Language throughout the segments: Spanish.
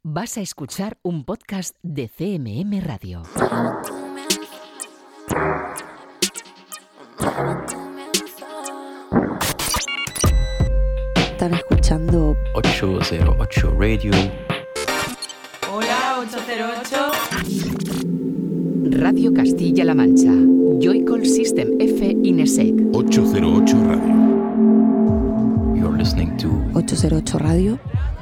Vas a escuchar un podcast de CMM Radio. Están escuchando 808 Radio. Hola, 808. Radio Castilla-La Mancha. Joycall System F Inesec. 808 Radio. You're listening to 808 Radio.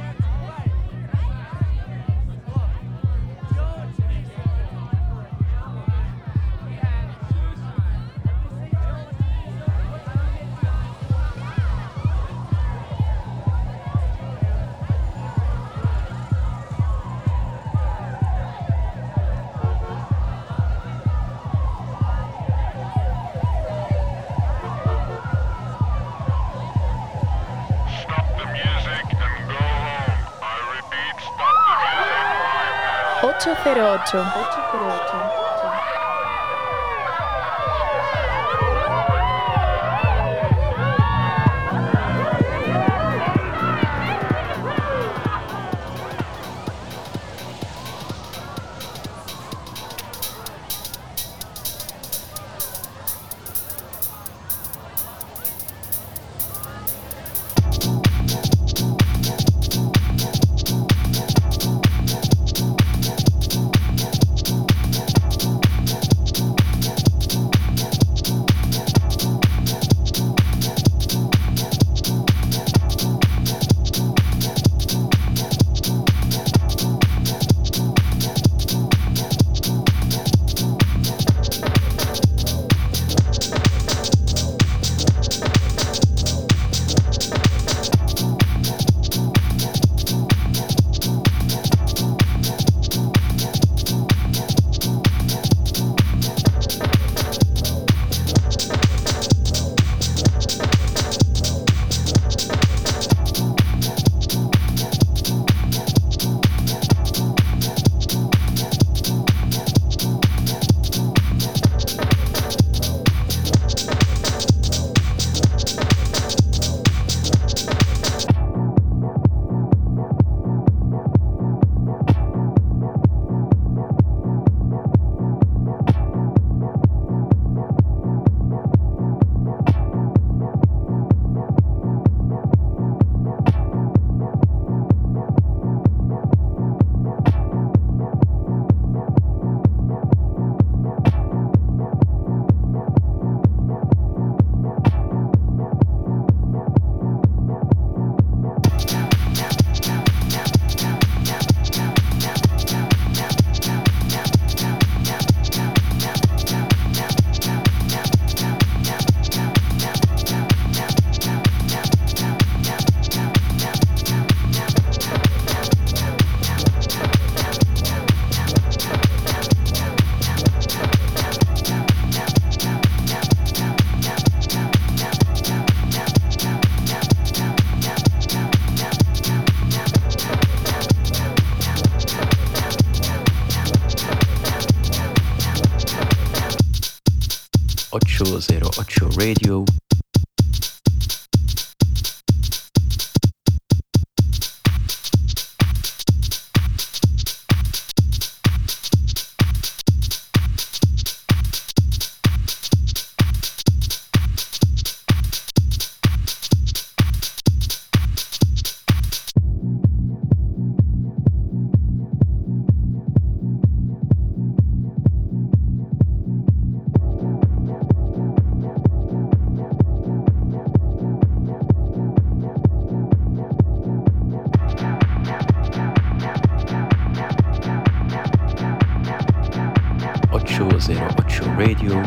Radio. Radio.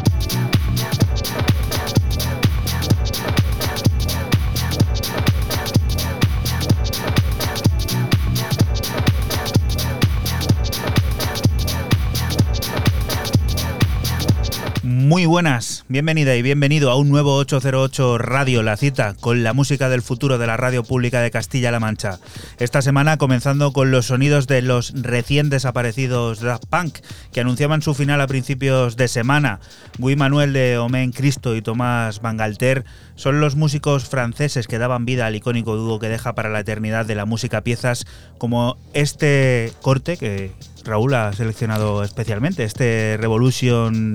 Muy buenas, bienvenida y bienvenido a un nuevo 808 Radio, la cita con la música del futuro de la radio pública de Castilla-La Mancha. Esta semana comenzando con los sonidos de los recién desaparecidos Daft Punk, que anunciaban su final a principios de semana. Guy Manuel de Omen Cristo y Tomás Bangalter son los músicos franceses que daban vida al icónico dúo que deja para la eternidad de la música piezas como este corte que Raúl ha seleccionado especialmente, este Revolution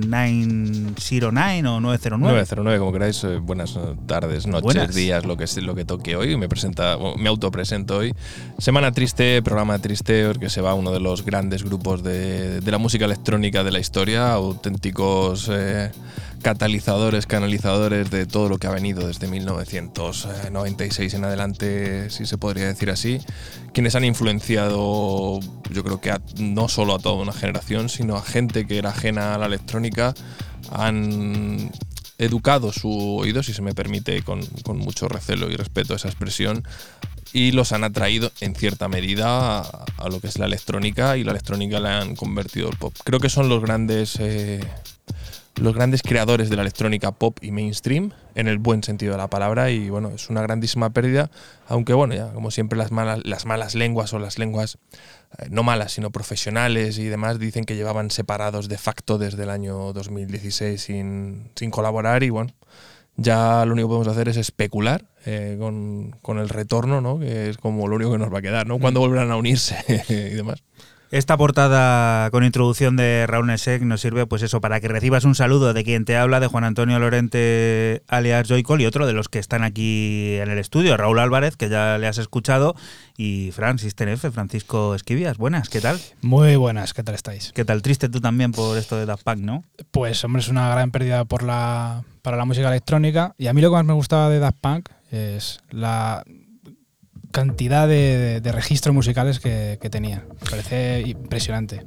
909 o 909. 909, como queráis. Buenas tardes, noches, días, lo que toque hoy. Me autopresento hoy. Semana triste, programa triste, porque se va uno de los grandes grupos de la música electrónica de la historia, auténticos catalizadores, canalizadores de todo lo que ha venido desde 1996 en adelante, si se podría decir así, quienes han influenciado, yo creo que no solo a toda una generación, sino a gente que era ajena a la electrónica, han educado su oído, si se me permite, con mucho recelo y respeto a esa expresión, y los han atraído en cierta medida a lo que es la electrónica, y la electrónica la han convertido al pop. Creo que son los grandes creadores de la electrónica pop y mainstream, en el buen sentido de la palabra, y bueno, es una grandísima pérdida, aunque bueno, ya como siempre las malas lenguas, o las lenguas no malas sino profesionales y demás, dicen que llevaban separados de facto desde el año 2016 sin colaborar, y bueno, ya lo único que podemos hacer es especular con el retorno, ¿no? Que es como lo único que nos va a quedar, ¿no? Cuándo volverán a unirse y demás. Esta portada con introducción de Raúl Nesek nos sirve pues eso, para que recibas un saludo de quien te habla, de Juan Antonio Lorente alias Joycol, y otro de los que están aquí en el estudio, Raúl Álvarez, que ya le has escuchado, y Francisco Esquivias. Buenas, ¿qué tal? Muy buenas, ¿qué tal estáis? ¿Qué tal? Triste tú también por esto de Daft Punk, ¿no? Pues hombre, es una gran pérdida para la música electrónica, y a mí lo que más me gustaba de Daft Punk es la cantidad de registros musicales que tenía. Me parece impresionante.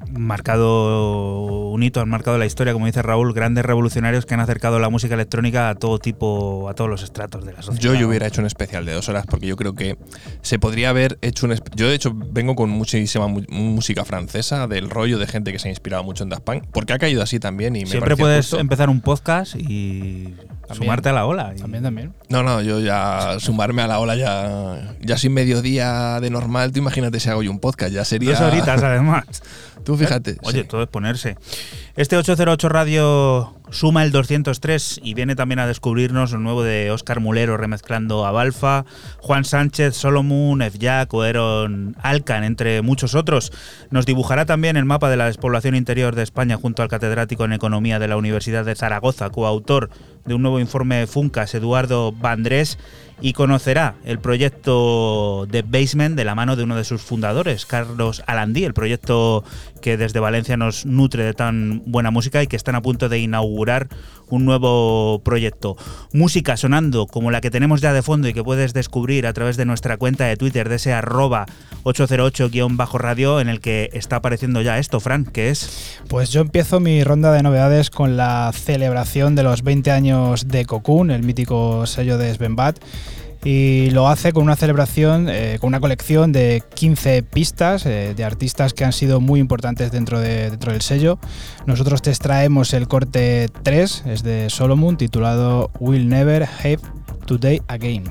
Un hito, han marcado la historia, como dice Raúl, grandes revolucionarios que han acercado la música electrónica a todo tipo, a todos los estratos de la sociedad. Yo hubiera hecho un especial de 2 horas, porque yo creo que se podría haber hecho yo de hecho vengo con muchísima música francesa, del rollo de gente que se ha inspirado mucho en Daft Punk, porque ha caído así también, y siempre puedes empezar un podcast y también sumarte a la ola. También. No, yo ya sumarme a la ola ya sin mediodía de normal, tú imagínate si hago yo un podcast, ya sería 2 horitas además. Tú fíjate. Oye, sí. Todo es ponerse. Este 808 Radio suma el 203 y viene también a descubrirnos lo nuevo de Óscar Mulero remezclando a Balfa, Juan Sánchez, Solomon, F-Jack o Aaron Alcan, entre muchos otros. Nos dibujará también el mapa de la despoblación interior de España junto al catedrático en Economía de la Universidad de Zaragoza, coautor de un nuevo informe Funcas, Eduardo Vandrés, y conocerá el proyecto The Basement de la mano de uno de sus fundadores, Carlos Alandí, el proyecto que desde Valencia nos nutre de tan buena música y que están a punto de inaugurar un nuevo proyecto. Música sonando como la que tenemos ya de fondo y que puedes descubrir a través de nuestra cuenta de Twitter, de ese @808_radio, en el que está apareciendo ya esto. Fran, ¿qué es? Pues yo empiezo mi ronda de novedades con la celebración de los 20 años de Cocoon, el mítico sello de Sven Bat, y lo hace con una celebración, con una colección de 15 pistas de artistas que han sido muy importantes dentro del sello. Nosotros te extraemos el corte 3, es de Solomon, titulado We'll Never Have Today Again.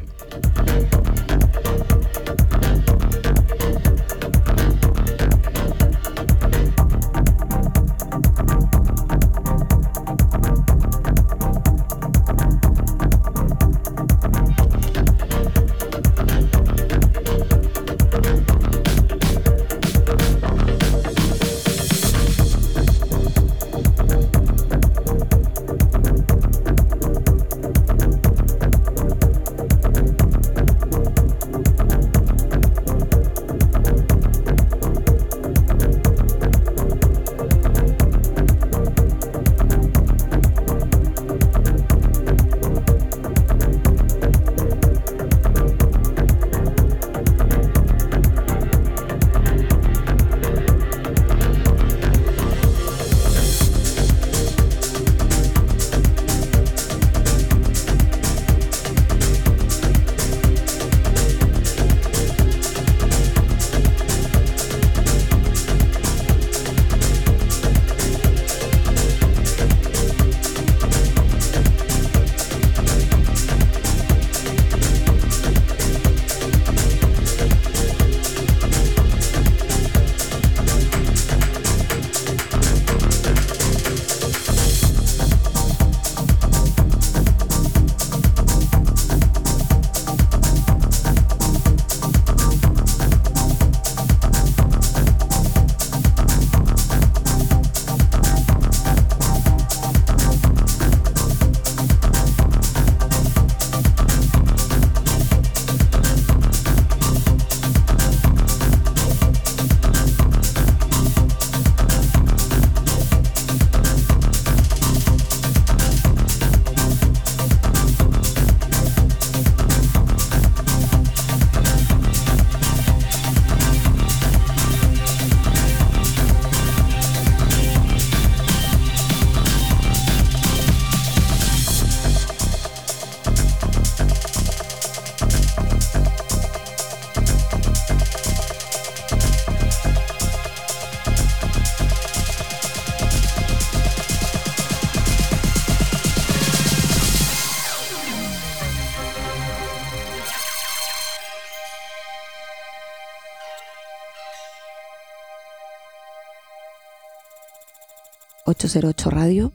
808 Radio.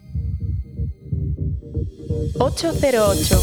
808.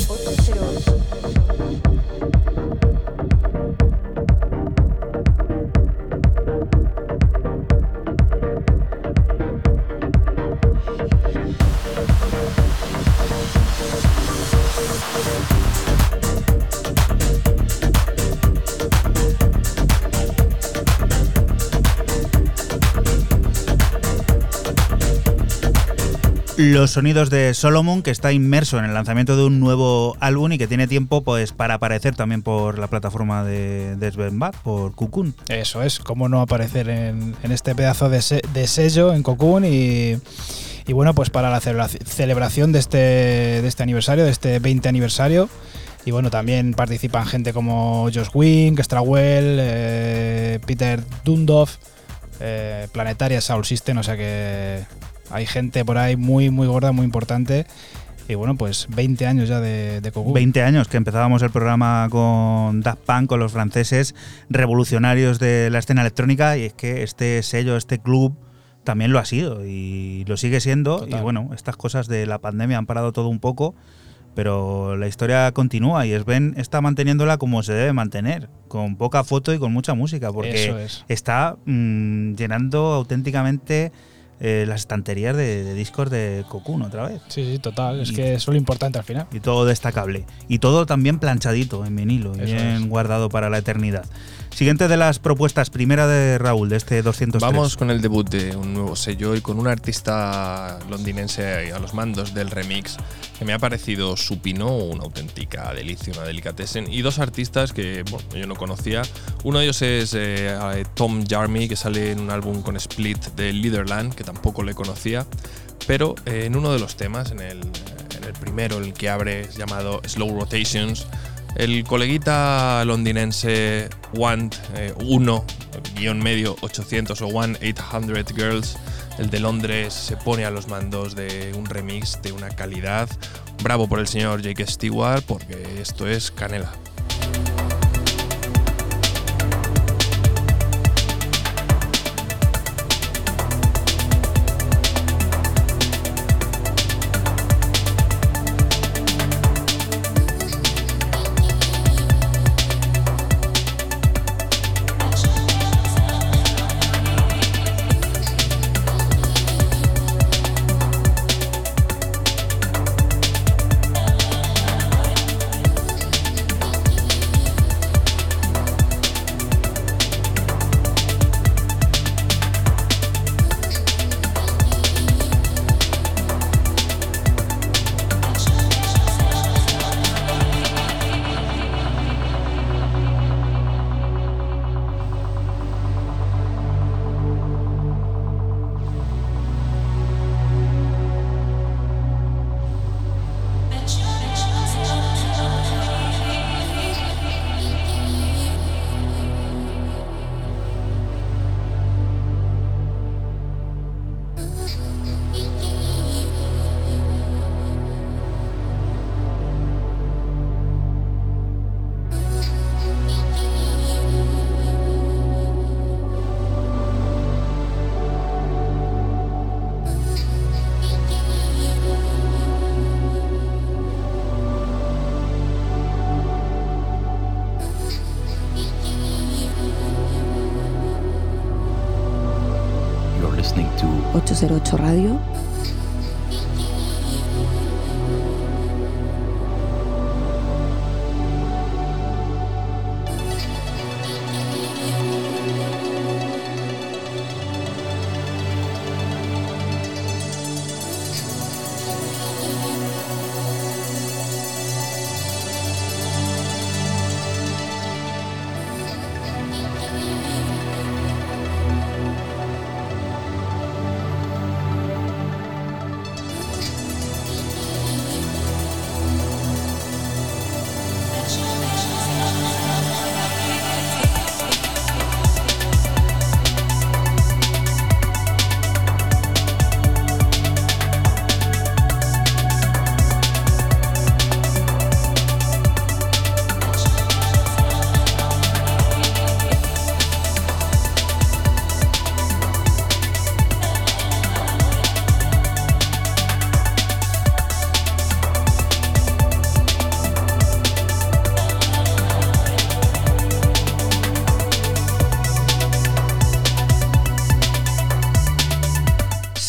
Los sonidos de Solomon, que está inmerso en el lanzamiento de un nuevo álbum y que tiene tiempo pues para aparecer también por la plataforma de Sven Bad, por Cocoon. Eso es, cómo no aparecer en este pedazo de sello en Cocoon y bueno, pues para la celebración de este aniversario, de este 20 aniversario. Y bueno, también participan gente como Josh Wink, Strawell, Peter Dundov, Planetaria, Soul System, o sea que hay gente por ahí muy gorda, muy importante. Y bueno, pues 20 años ya de Cocoon. 20 años que empezábamos el programa con Daft Punk, con los franceses revolucionarios de la escena electrónica, y es que este sello, este club también lo ha sido y lo sigue siendo. Total. Y bueno, estas cosas de la pandemia han parado todo un poco, pero la historia continúa y Sven está manteniéndola como se debe mantener, con poca foto y con mucha música, porque está llenando auténticamente las estanterías de discos de Cocoon otra vez. Sí, total, es que eso es lo importante al final. Y todo destacable. Y todo también planchadito en vinilo, bien guardado para la eternidad. Siguiente de las propuestas, primera de Raúl, de este 203. Vamos con el debut de un nuevo sello y con un artista londinense a los mandos del remix que me ha parecido supino, una auténtica delicia, una delicatessen, y dos artistas que yo no conocía. Uno de ellos es Tom Jarmy, que sale en un álbum con Split de Leaderland, que tampoco le conocía, pero en uno de los temas, en el primero, el que abre, es llamado Slow Rotations, el coleguita londinense 1-800 o 1-800 Girls, el de Londres, se pone a los mandos de un remix de una calidad. Bravo por el señor Jake Stewart, porque esto es canela. Listening to 808 Radio.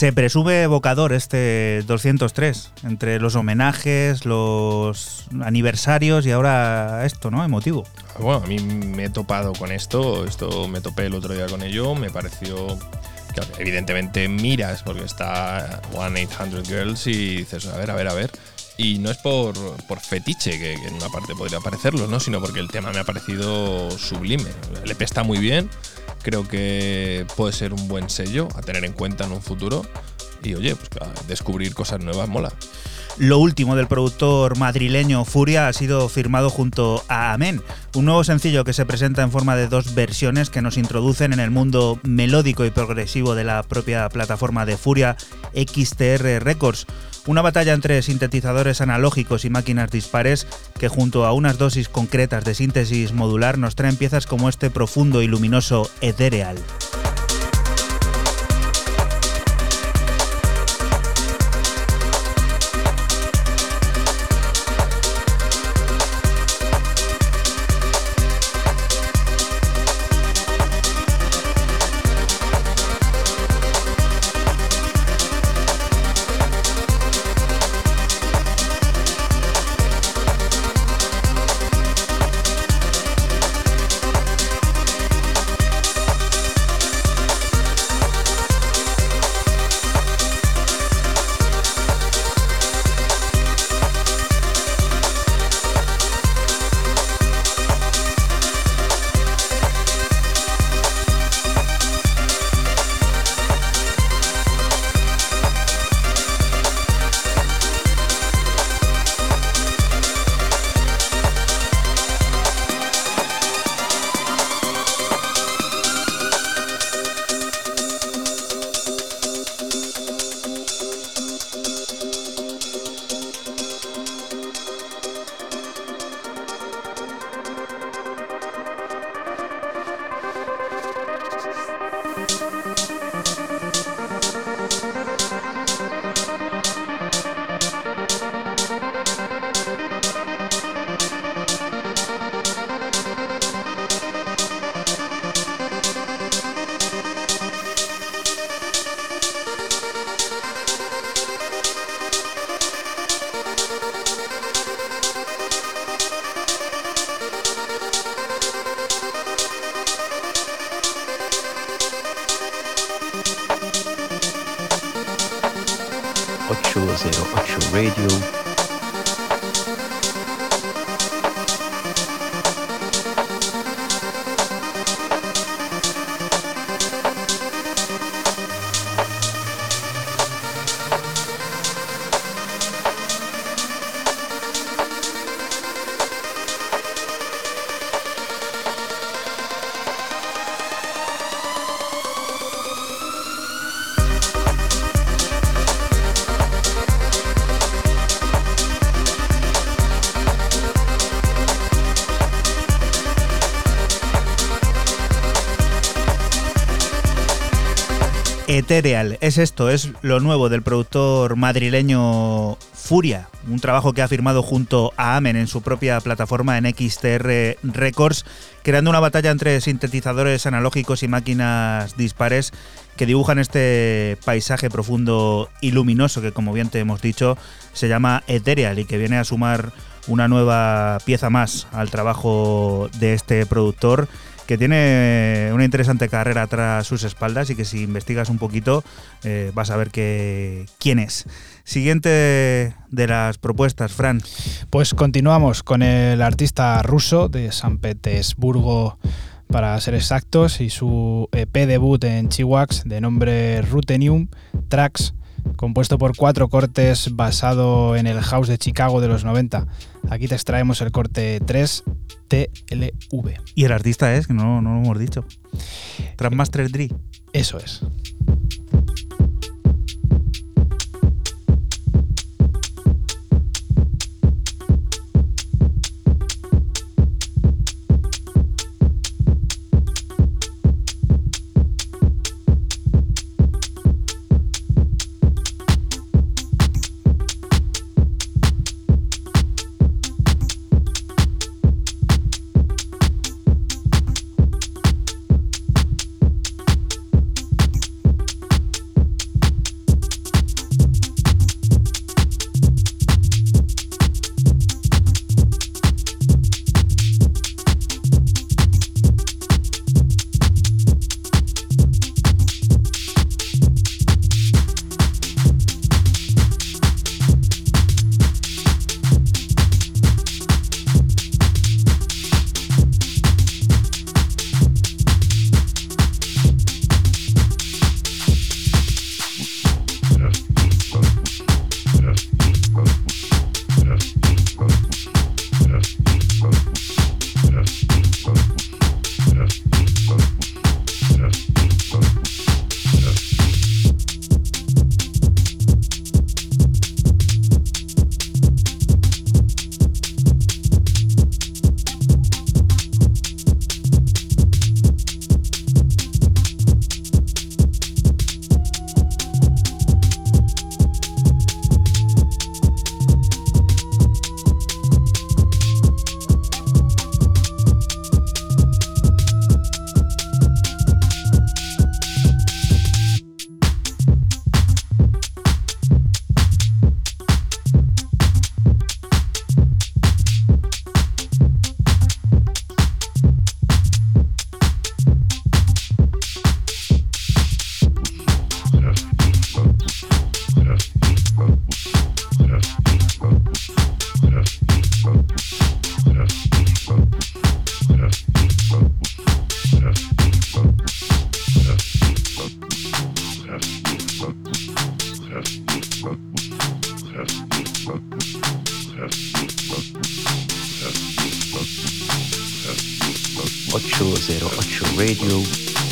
Se presume evocador este 203, entre los homenajes, los aniversarios y ahora esto, ¿no? Emotivo. Bueno, a mí me he topado con esto me topé el otro día con ello, me pareció que evidentemente miras porque está 1-800 Girls y dices, a ver. Y no es por fetiche, que en una parte podría parecerlo, ¿no? Sino porque el tema me ha parecido sublime. El EP está muy bien, creo que puede ser un buen sello a tener en cuenta en un futuro. Y oye, pues descubrir cosas nuevas mola. Lo último del productor madrileño Furia ha sido firmado junto a Amén, un nuevo sencillo que se presenta en forma de 2 versiones que nos introducen en el mundo melódico y progresivo de la propia plataforma de Furia, XTR Records. Una batalla entre sintetizadores analógicos y máquinas dispares que junto a unas dosis concretas de síntesis modular nos traen piezas como este profundo y luminoso Ethereal. 808 Radio. Ethereal, es esto, es lo nuevo del productor madrileño Furia, un trabajo que ha firmado junto a Amen en su propia plataforma en XTR Records, creando una batalla entre sintetizadores analógicos y máquinas dispares que dibujan este paisaje profundo y luminoso que, como bien te hemos dicho, se llama Ethereal y que viene a sumar una nueva pieza más al trabajo de este productor, que tiene una interesante carrera tras sus espaldas y que si investigas un poquito vas a ver quién es. Siguiente de las propuestas, Fran. Pues continuamos con el artista ruso de San Petersburgo, para ser exactos, y su EP debut en Chiwax de nombre Ruthenium Tracks, compuesto por 4 cortes basado en el house de Chicago de los 90. Aquí te extraemos el corte 3 TLV. Y el artista es, que no lo hemos dicho, Trapmaster Dre. Eso es. 808 Radio.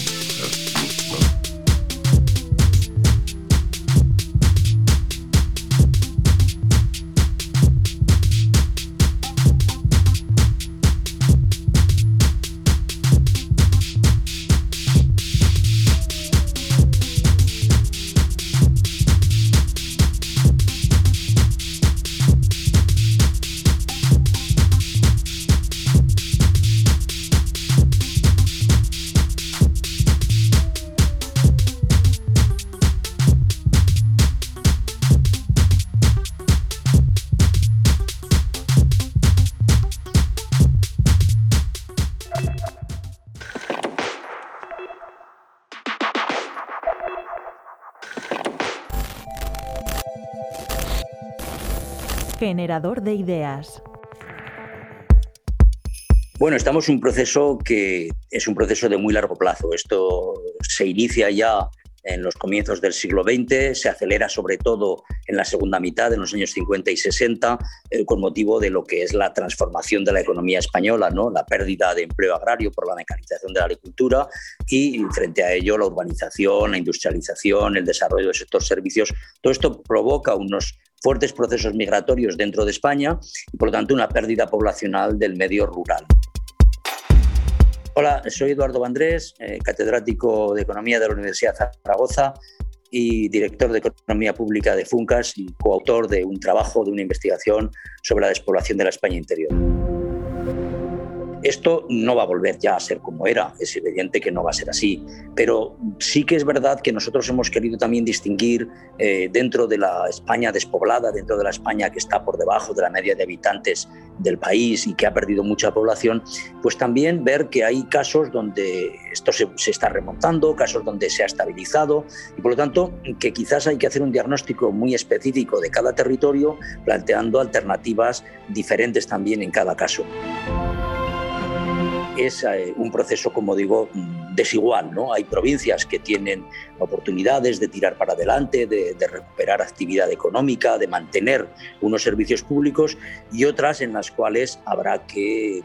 Generador de ideas. Bueno, estamos en un proceso que es un proceso de muy largo plazo. Esto se inicia ya en los comienzos del siglo XX, se acelera sobre todo en la segunda mitad, en los años 50 y 60, con motivo de lo que es la transformación de la economía española, ¿no? La pérdida de empleo agrario por la mecanización de la agricultura y, frente a ello, la urbanización, la industrialización, el desarrollo del sector servicios. Todo esto provoca unos fuertes procesos migratorios dentro de España y, por lo tanto, una pérdida poblacional del medio rural. Hola, soy Eduardo Vandrés, catedrático de Economía de la Universidad de Zaragoza y director de Economía Pública de Funcas y coautor de un trabajo, de una investigación sobre la despoblación de la España interior. Esto no va a volver ya a ser como era, es evidente que no va a ser así, pero sí que es verdad que nosotros hemos querido también distinguir dentro de la España despoblada, dentro de la España que está por debajo de la media de habitantes del país y que ha perdido mucha población, pues también ver que hay casos donde esto se está remontando, casos donde se ha estabilizado y por lo tanto que quizás hay que hacer un diagnóstico muy específico de cada territorio, planteando alternativas diferentes también en cada caso. Es un proceso, como digo, desigual, ¿no? Hay provincias que tienen oportunidades de tirar para adelante, de recuperar actividad económica, de mantener unos servicios públicos y otras en las cuales habrá que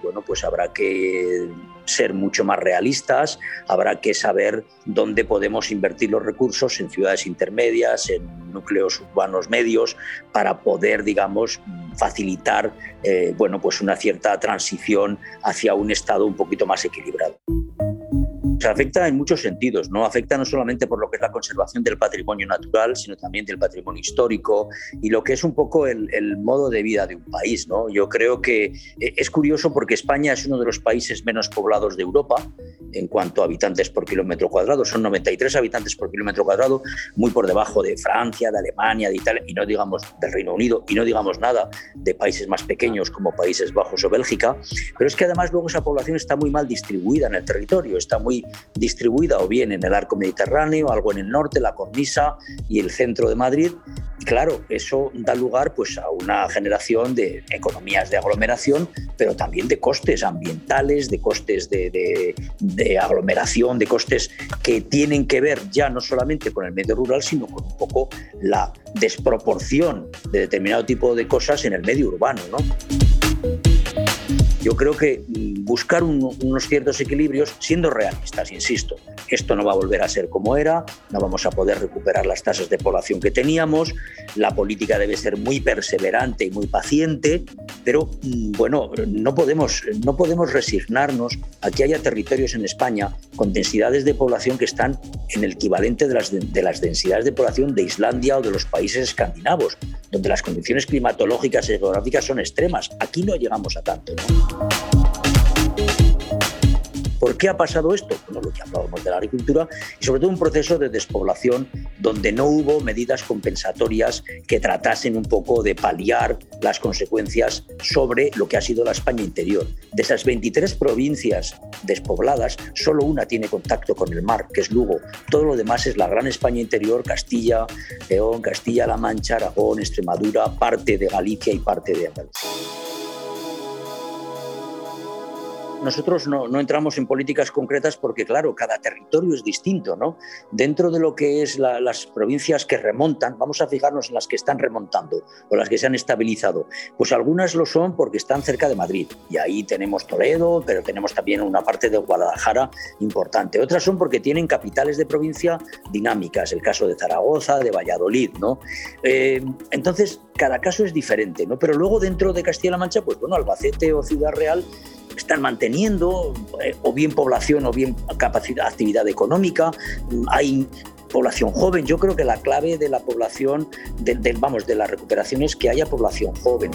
ser mucho más realistas, habrá que saber dónde podemos invertir los recursos en ciudades intermedias, en núcleos urbanos medios, para poder, digamos, facilitar una cierta transición hacia un estado un poquito más equilibrado. Se afecta en muchos sentidos, ¿no? Afecta no solamente por lo que es la conservación del patrimonio natural, sino también del patrimonio histórico y lo que es un poco el modo de vida de un país, ¿no? Yo creo que es curioso porque España es uno de los países menos poblados de Europa en cuanto a habitantes por kilómetro cuadrado. Son 93 habitantes por kilómetro cuadrado, muy por debajo de Francia, de Alemania, de Italia, y no digamos del Reino Unido, y no digamos nada de países más pequeños como Países Bajos o Bélgica. Pero es que además luego esa población está muy mal distribuida en el territorio, está muy distribuida o bien en el arco mediterráneo, algo en el norte, la cornisa y el centro de Madrid. Y claro, eso da lugar pues, a una generación de economías de aglomeración, pero también de costes ambientales, de costes de aglomeración, de costes que tienen que ver ya no solamente con el medio rural, sino con un poco la desproporción de determinado tipo de cosas en el medio urbano, ¿no? Yo creo que buscar unos ciertos equilibrios, siendo realistas, insisto, esto no va a volver a ser como era, no vamos a poder recuperar las tasas de población que teníamos, la política debe ser muy perseverante y muy paciente, pero bueno, no podemos resignarnos a que haya territorios en España con densidades de población que están en el equivalente de las densidades de población de Islandia o de los países escandinavos, donde las condiciones climatológicas y geográficas son extremas. Aquí no llegamos a tanto, ¿no? ¿Por qué ha pasado esto? Bueno, lo que hablábamos de la agricultura y sobre todo un proceso de despoblación donde no hubo medidas compensatorias que tratasen un poco de paliar las consecuencias sobre lo que ha sido la España interior. De esas 23 provincias despobladas, solo una tiene contacto con el mar, que es Lugo. Todo lo demás es la gran España interior, Castilla, León, Castilla-La Mancha, Aragón, Extremadura, parte de Galicia y parte de Andalucía. nosotros no entramos en políticas concretas porque, claro, cada territorio es distinto, ¿no? Dentro de lo que es las provincias que remontan, vamos a fijarnos en las que están remontando o las que se han estabilizado. Pues algunas lo son porque están cerca de Madrid y ahí tenemos Toledo, pero tenemos también una parte de Guadalajara importante. Otras son porque tienen capitales de provincia dinámicas, el caso de Zaragoza, de Valladolid, ¿no? Entonces, cada caso es diferente, ¿no? Pero luego dentro de Castilla-La Mancha, pues bueno, Albacete o Ciudad Real están manteniendo o bien población o bien capacidad, actividad económica, hay población joven. Yo creo que la clave de la población, de la recuperación es que haya población joven.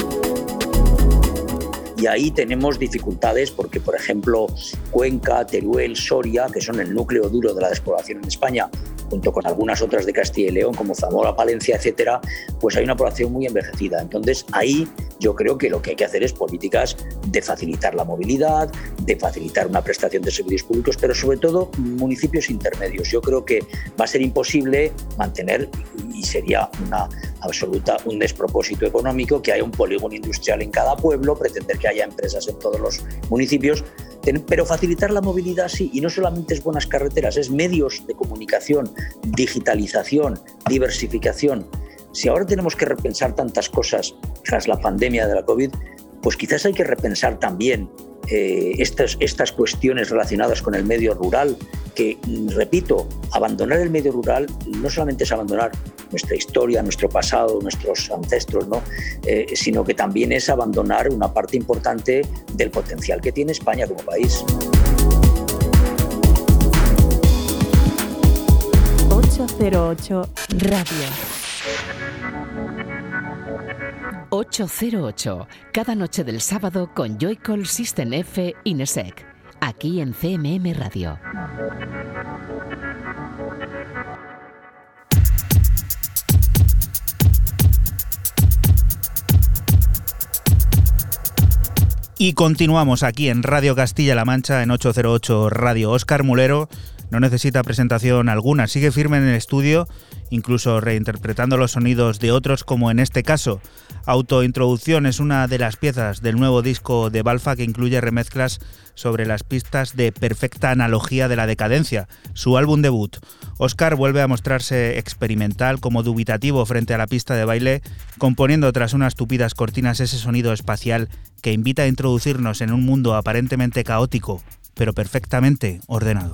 Y ahí tenemos dificultades porque, por ejemplo, Cuenca, Teruel, Soria, que son el núcleo duro de la despoblación en España, junto con algunas otras de Castilla y León, como Zamora, Palencia, etcétera, pues hay una población muy envejecida. Entonces, ahí yo creo que lo que hay que hacer es políticas de facilitar la movilidad, de facilitar una prestación de servicios públicos, pero sobre todo municipios intermedios. Yo creo que va a ser imposible mantener, y sería un despropósito económico, que haya un polígono industrial en cada pueblo, pretender que haya empresas en todos los municipios, pero facilitar la movilidad sí, y no solamente es buenas carreteras, es medios de comunicación, digitalización, diversificación. Si ahora tenemos que repensar tantas cosas tras la pandemia de la COVID, pues quizás hay que repensar también estas cuestiones relacionadas con el medio rural, que, repito, abandonar el medio rural no solamente es abandonar nuestra historia, nuestro pasado, nuestros ancestros, ¿no? Sino que también es abandonar una parte importante del potencial que tiene España como país. 808 Radio. 808, cada noche del sábado con Joycall System F Inesec, aquí en CMM Radio. Y continuamos aquí en Radio Castilla-La Mancha, en 808 Radio. Óscar Mulero no necesita presentación alguna, sigue firme en el estudio, incluso reinterpretando los sonidos de otros, como en este caso. Autointroducción es una de las piezas del nuevo disco de Balfa, que incluye remezclas sobre las pistas de Perfecta Analogía de la Decadencia, su álbum debut. Óscar vuelve a mostrarse experimental, como dubitativo frente a la pista de baile, componiendo tras unas tupidas cortinas ese sonido espacial que invita a introducirnos en un mundo aparentemente caótico, pero perfectamente ordenado.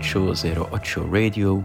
808 Radio.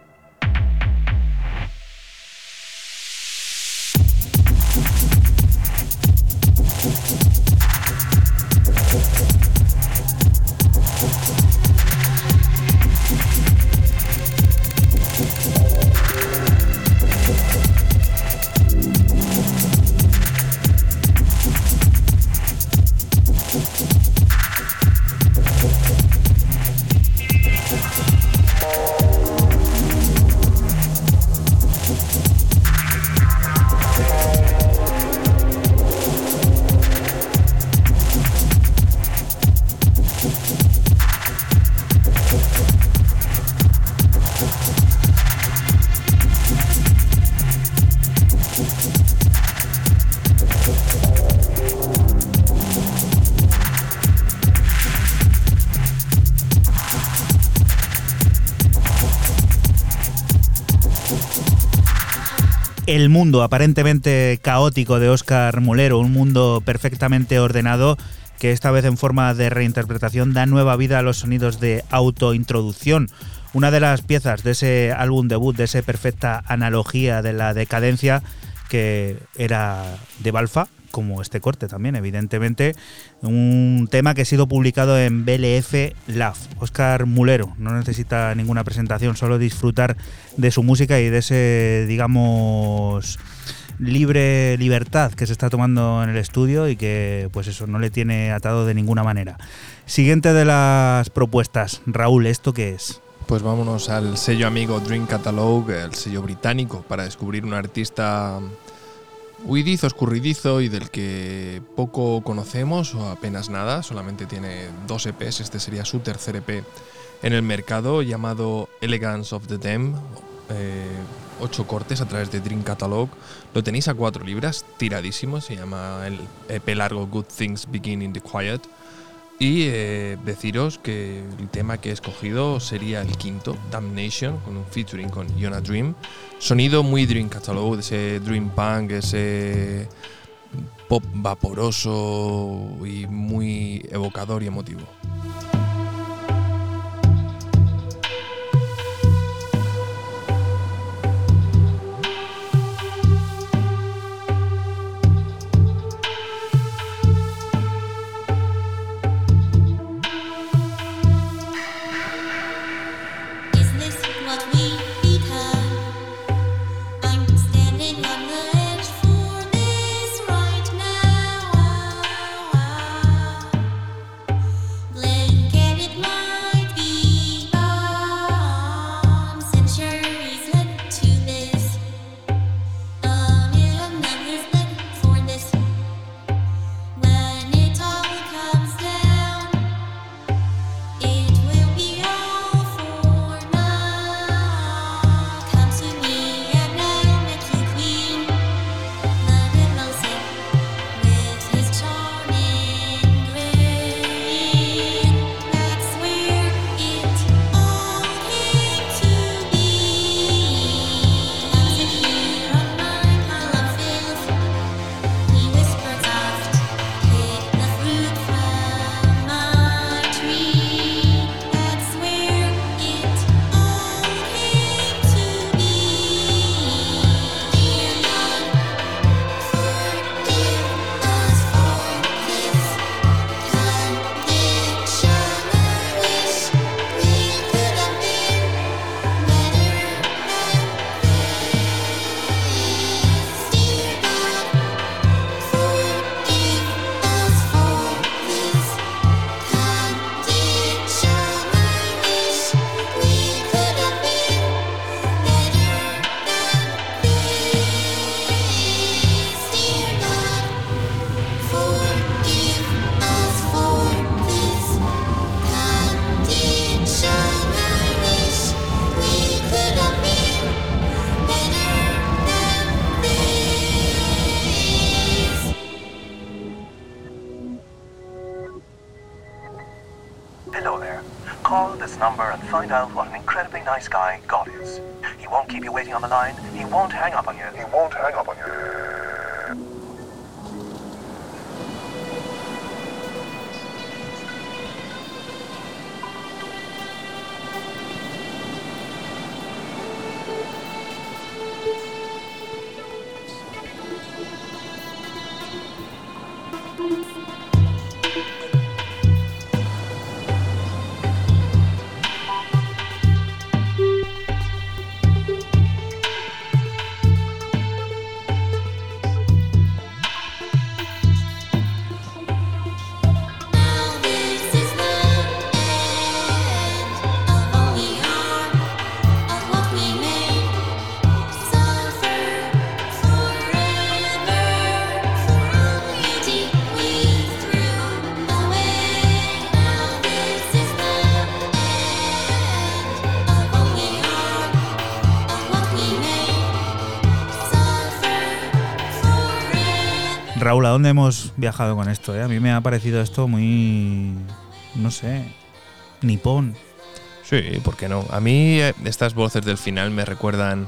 El mundo aparentemente caótico de Óscar Mulero, un mundo perfectamente ordenado que esta vez en forma de reinterpretación da nueva vida a los sonidos de autointroducción. Una de las piezas de ese álbum debut, de esa perfecta analogía de la decadencia que era de Balfa, como este corte también, evidentemente, un tema que ha sido publicado en BLF Love. Óscar Mulero no necesita ninguna presentación, solo disfrutar de su música y de ese, digamos, libertad que se está tomando en el estudio y que, pues eso, no le tiene atado de ninguna manera. Siguiente de las propuestas. Raúl, ¿esto qué es? Pues vámonos al sello amigo Dream Catalogue, el sello británico, para descubrir un artista huidizo, escurridizo y del que poco conocemos o apenas nada. Solamente tiene 2 EPs, este sería su tercer EP en el mercado, llamado Elegance of the Dam. 8 cortes a través de Dream Catalogue. Lo tenéis a 4 libras, tiradísimo. Se llama el EP largo Good Things Begin in the Quiet. Y deciros que el tema que he escogido sería el quinto, Damnation, con un featuring con Yona Dream. Sonido muy Dream Catalogue, ese Dream Punk, ese pop vaporoso y muy evocador y emotivo. Call this number and find out what an incredibly nice guy God is. He won't keep you waiting on the line. He won't hang up on you. He won't hang up on you. Raúl, ¿a dónde hemos viajado con esto? A mí me ha parecido esto muy, no sé, nipón. Sí, ¿por qué no? A mí estas voces del final me recuerdan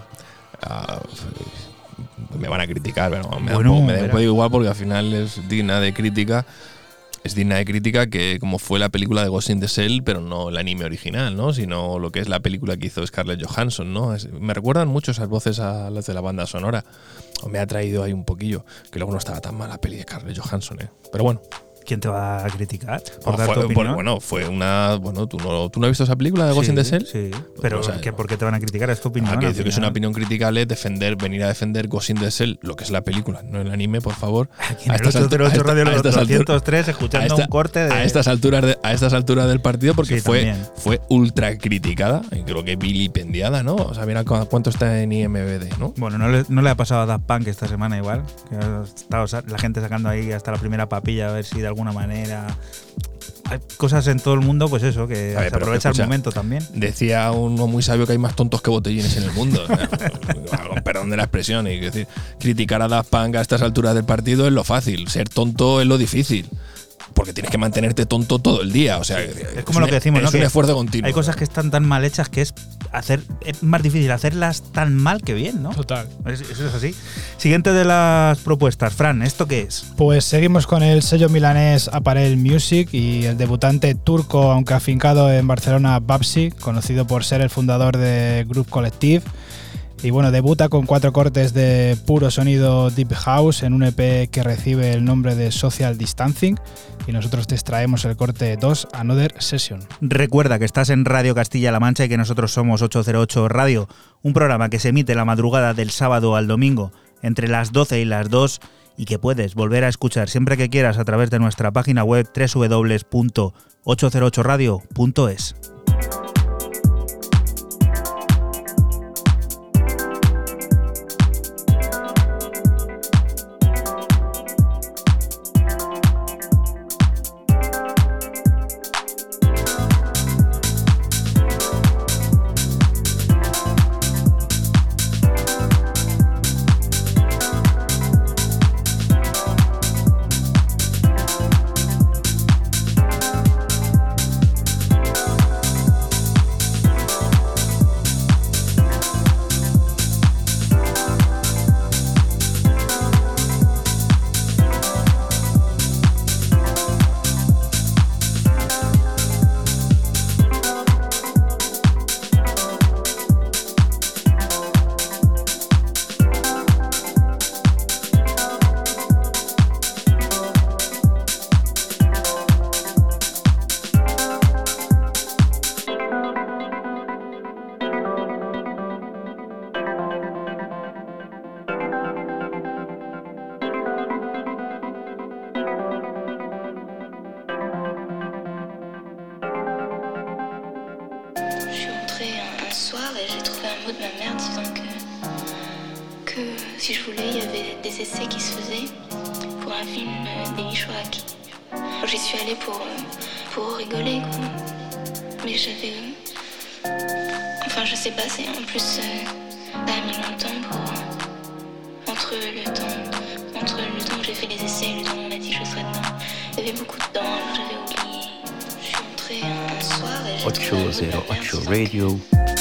me van a criticar, pero me da un poco igual porque al final es digna de crítica. Es digna de crítica que como fue la película de Ghost in the Shell, pero no el anime original, ¿no? Sino lo que es la película que hizo Scarlett Johansson, ¿no? Me recuerdan mucho esas voces a las de la banda sonora. O me ha traído ahí un poquillo, que luego no estaba tan mal la peli de Scarlett Johansson, ¿eh? Pero bueno. ¿Quién te va a criticar por dar tu opinión? Bueno, fue una... Bueno, ¿tú no has visto esa película de Ghost in the Shell? Sí, pero o sea, ¿por qué te van a criticar? Es tu opinión. Que dice que es una opinión criticable venir a defender Ghost in the Shell, lo que es la película, no el anime, por favor. Aquí en el 808 Radio 203, escuchando un corte de... A estas alturas del partido, porque fue ultra criticada, y creo que vilipendiada, ¿no? O sea, mira cuánto está en IMDb, ¿no? Bueno, no le ha pasado a Daft Punk esta semana igual, que ha estado la gente sacando ahí hasta la primera papilla a ver si de alguna manera hay cosas en todo el mundo, pues eso, que se aprovecha el momento también. Decía uno muy sabio que hay más tontos que botellines en el mundo. Perdón de la expresión. Y decir, criticar a Daft Punk a estas alturas del partido es lo fácil, ser tonto es lo difícil. Porque tienes que mantenerte tonto todo el día. O sea, es como lo que decimos, ¿no? Es un esfuerzo continuo. Hay cosas que están tan mal hechas que es más difícil hacerlas tan mal que bien, ¿no? Total. Eso es así. Siguiente de las propuestas. Fran, ¿esto qué es? Pues seguimos con el sello milanés Apparel Music y el debutante turco, aunque afincado en Barcelona, Babsi, conocido por ser el fundador de Group Collective. Y bueno, debuta con 4 cortes de puro sonido Deep House en un EP que recibe el nombre de Social Distancing, y nosotros te extraemos el corte 2, Another Session. Recuerda que estás en Radio Castilla-La Mancha y que nosotros somos 808 Radio, un programa que se emite la madrugada del sábado al domingo entre las 12 y las 2 y que puedes volver a escuchar siempre que quieras a través de nuestra página web www.808radio.es. Si je voulais, il y avait des essais qui se faisaient pour un film d'Emi Chouraki. J'y suis allée pour rigoler, quoi. Mais j'avais... Enfin, je sais pas, c'est en plus... ça a mis longtemps entre le temps que j'ai fait les essais et le temps où on a dit que je serais dedans. Il y avait beaucoup de temps, alors j'avais oublié. Je suis entrée un soir et j'ai trouvé un bout de ma mère, 808 Radio.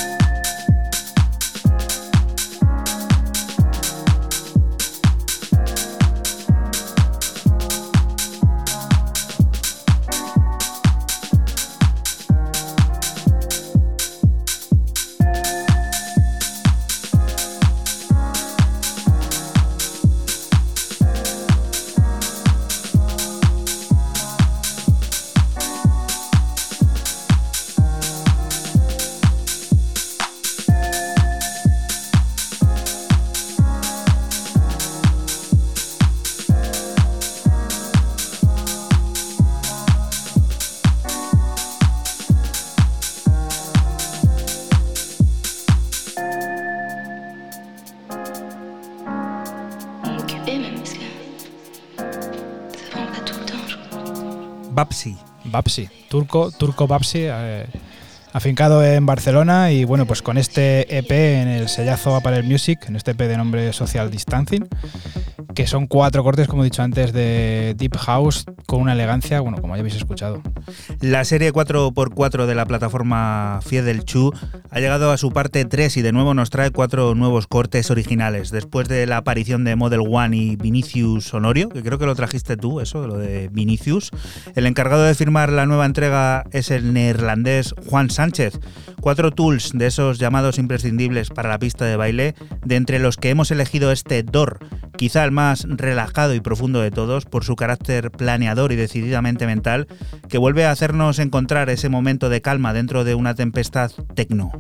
Babsi, turco Babsi, afincado en Barcelona, y bueno, pues con este EP en el sellazo Apparel Music, en este EP de nombre Social Distancing. que son 4 cortes, como he dicho antes, de Deep House con una elegancia, bueno, como ya habéis escuchado. La serie 4x4 de la plataforma Fiedel Chu ha llegado a su parte 3 y de nuevo nos trae 4 nuevos cortes originales. Después de la aparición de Model One y Vinicius Honorio, que creo que lo trajiste tú, eso, lo de Vinicius, el encargado de firmar la nueva entrega es el neerlandés Juan Sánchez. 4 tools de esos llamados imprescindibles para la pista de baile, de entre los que hemos elegido este DOR, quizá el más relajado y profundo de todos por su carácter planeador y decididamente mental, que vuelve a hacernos encontrar ese momento de calma dentro de una tempestad techno.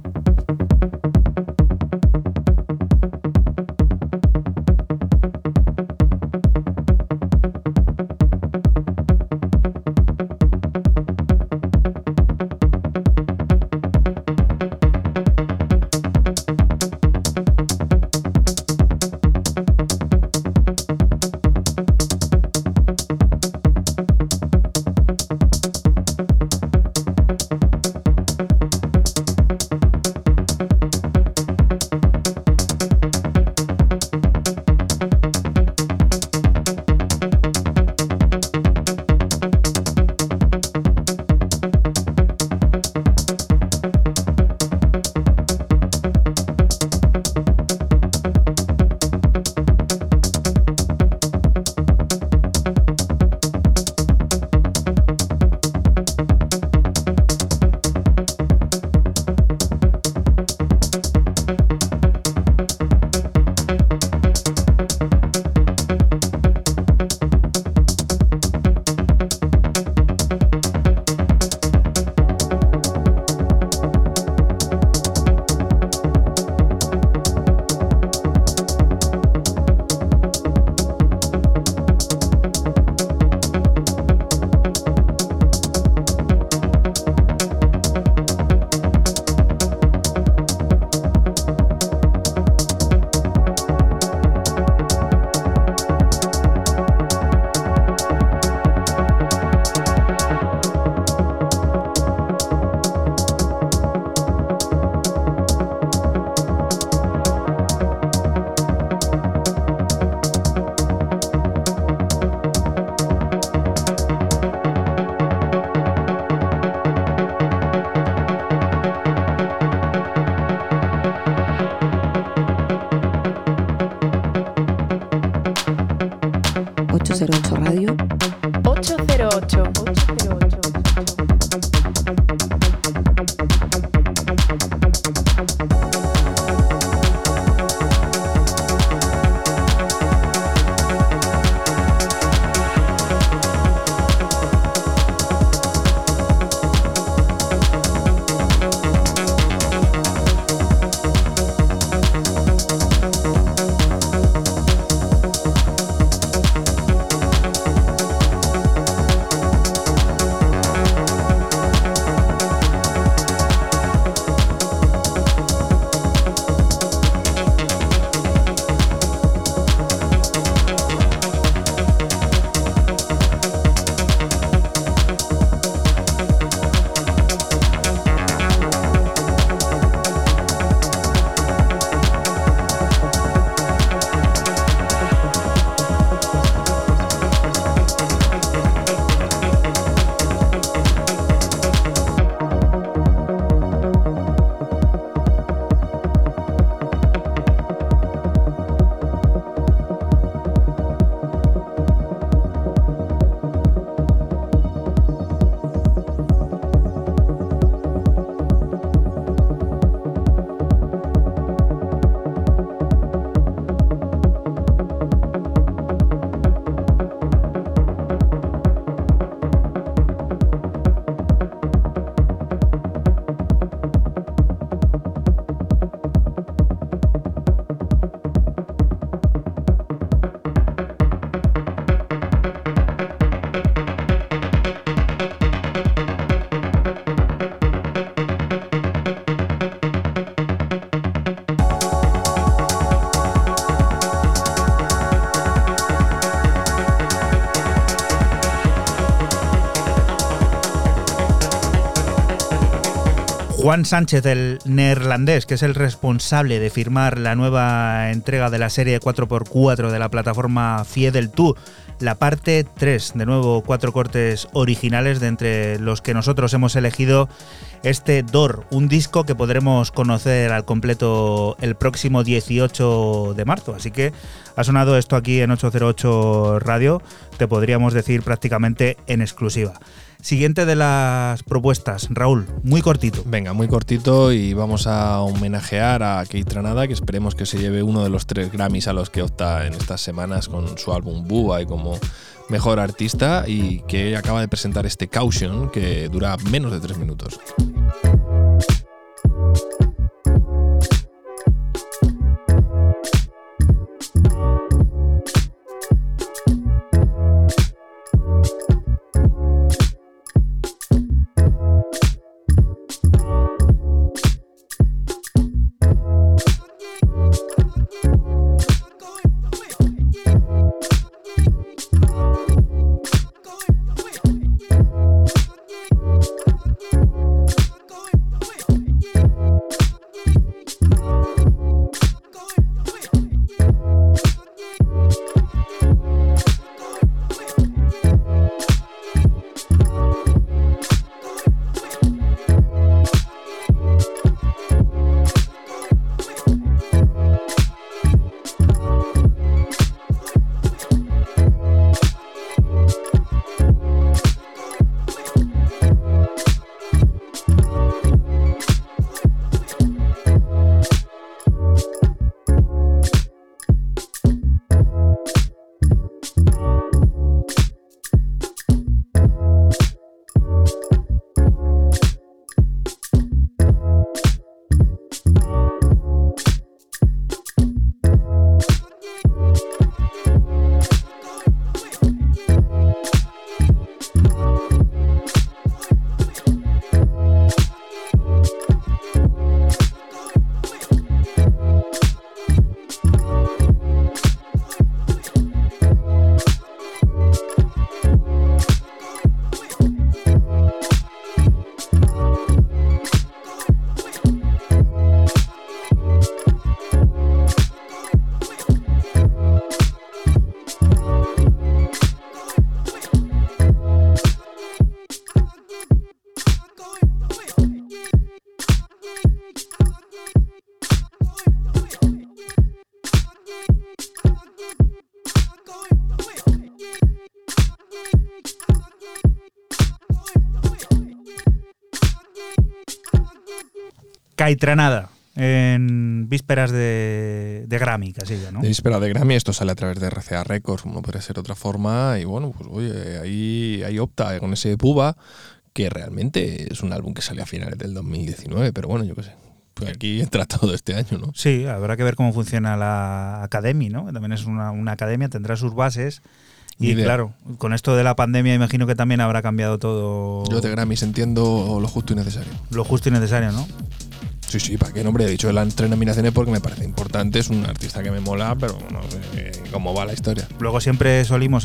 Juan Sánchez, el neerlandés, que es el responsable de firmar la nueva entrega de la serie 4x4 de la plataforma Fiedeltwo, la parte 3, de nuevo 4 cortes originales de entre los que nosotros hemos elegido este Door, un disco que podremos conocer al completo el próximo 18 de marzo, así que ha sonado esto aquí en 808 Radio, te podríamos decir prácticamente en exclusiva. Siguiente de las propuestas, Raúl, muy cortito. Venga, muy cortito, y vamos a homenajear a Keytranada, que esperemos que se lleve uno de los 3 Grammys a los que opta en estas semanas con su álbum Búa y como mejor artista, y que acaba de presentar este Caution, que dura menos de 3 minutos. Keytranada, en vísperas de Grammy, casi ya, ¿no? De vísperas de Grammy, esto sale a través de RCA Records, no puede ser de otra forma, y bueno, pues oye, ahí opta con ese Búa, que realmente es un álbum que salió a finales del 2019, pero bueno, yo qué sé. Pues aquí entra todo este año, ¿no? Sí, habrá que ver cómo funciona la Academy, ¿no? También es una academia, tendrá sus bases. Y claro, con esto de la pandemia imagino que también habrá cambiado todo. Yo de Grammys entiendo lo justo y necesario. Lo justo y necesario, ¿no? Sí, ¿para qué nombre? He dicho las 3 nominaciones porque me parece importante, es un artista que me mola, pero no sé cómo va la historia. Luego siempre solemos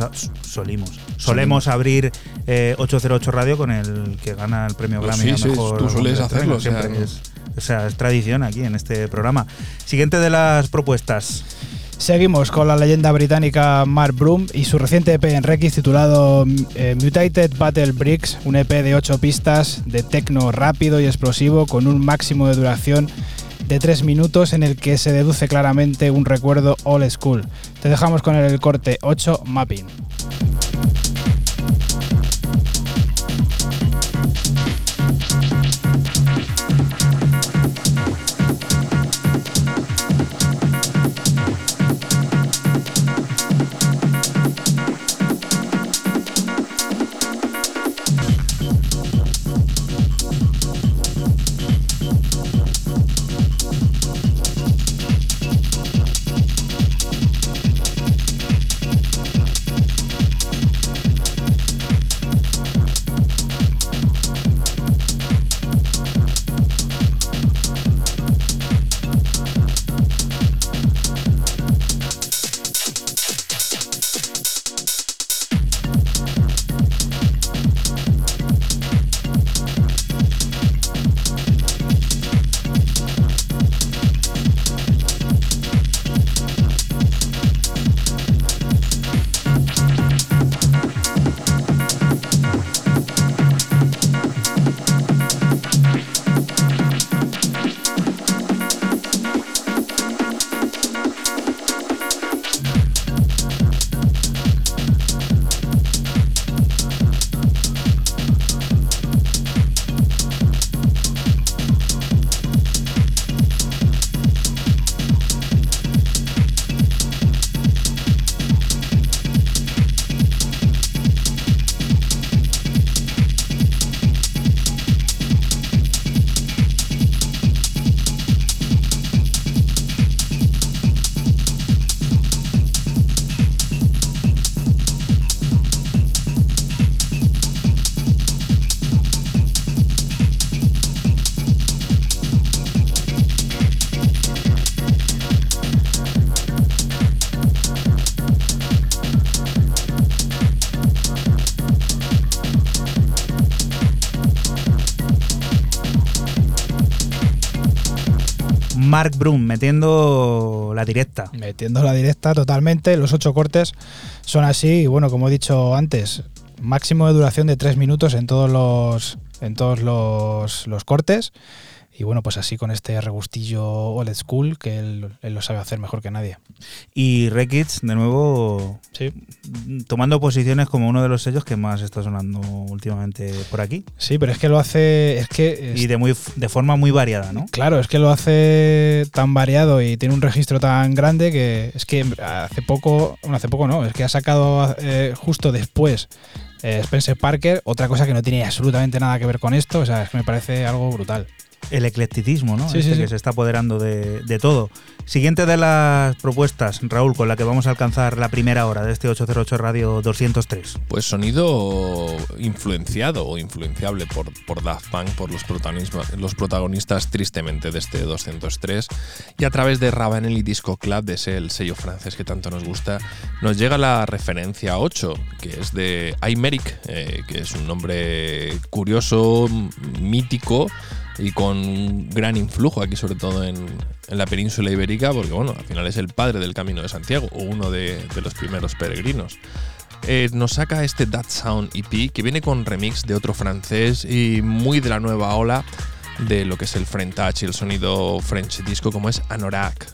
abrir 808 Radio con el que gana el premio Grammy. Sí, mejor, tú sueles hacerlo. Es tradición aquí en este programa. Siguiente de las propuestas. Seguimos con la leyenda británica Mark Broom y su reciente EP en Requis titulado Mutated Battle Bricks, un EP de 8 pistas de techno rápido y explosivo con un máximo de duración de 3 minutos en el que se deduce claramente un recuerdo old school. Te dejamos con el corte 8 Mapping. Mark Broom, metiendo la directa. Metiendo la directa totalmente. Los 8 cortes son así. Y bueno, como he dicho antes, máximo de duración de 3 minutos en todos los cortes. Y bueno, pues así con este regustillo old school que él lo sabe hacer mejor que nadie. Y Rekids, de nuevo, sí, tomando posiciones como uno de los sellos que más está sonando últimamente por aquí. Sí, pero es que lo hace... Y de forma muy variada, ¿no? Claro, es que lo hace tan variado y tiene un registro tan grande que es que hace poco no, es que ha sacado justo después Spencer Parker, otra cosa que no tiene absolutamente nada que ver con esto, o sea, es que me parece algo brutal. El eclecticismo, ¿no? Sí, que sí. se está apoderando de todo. Siguiente de las propuestas, Raúl, con la que vamos a alcanzar la primera hora de este 808 Radio 203. Pues sonido influenciado o influenciable por Daft Punk, por los protagonistas tristemente de este 203. Y a través de Ravanelli Disco Club, de el sello francés que tanto nos gusta, nos llega la referencia 8, que es de Aymeric, que es un nombre curioso, mítico, y con un gran influjo aquí, sobre todo en la península ibérica, porque bueno, al final es el padre del Camino de Santiago, o uno de los primeros peregrinos. Nos saca este That Sound EP, que viene con remix de otro francés y muy de la nueva ola de lo que es el French Touch y el sonido French disco, como es Anorak.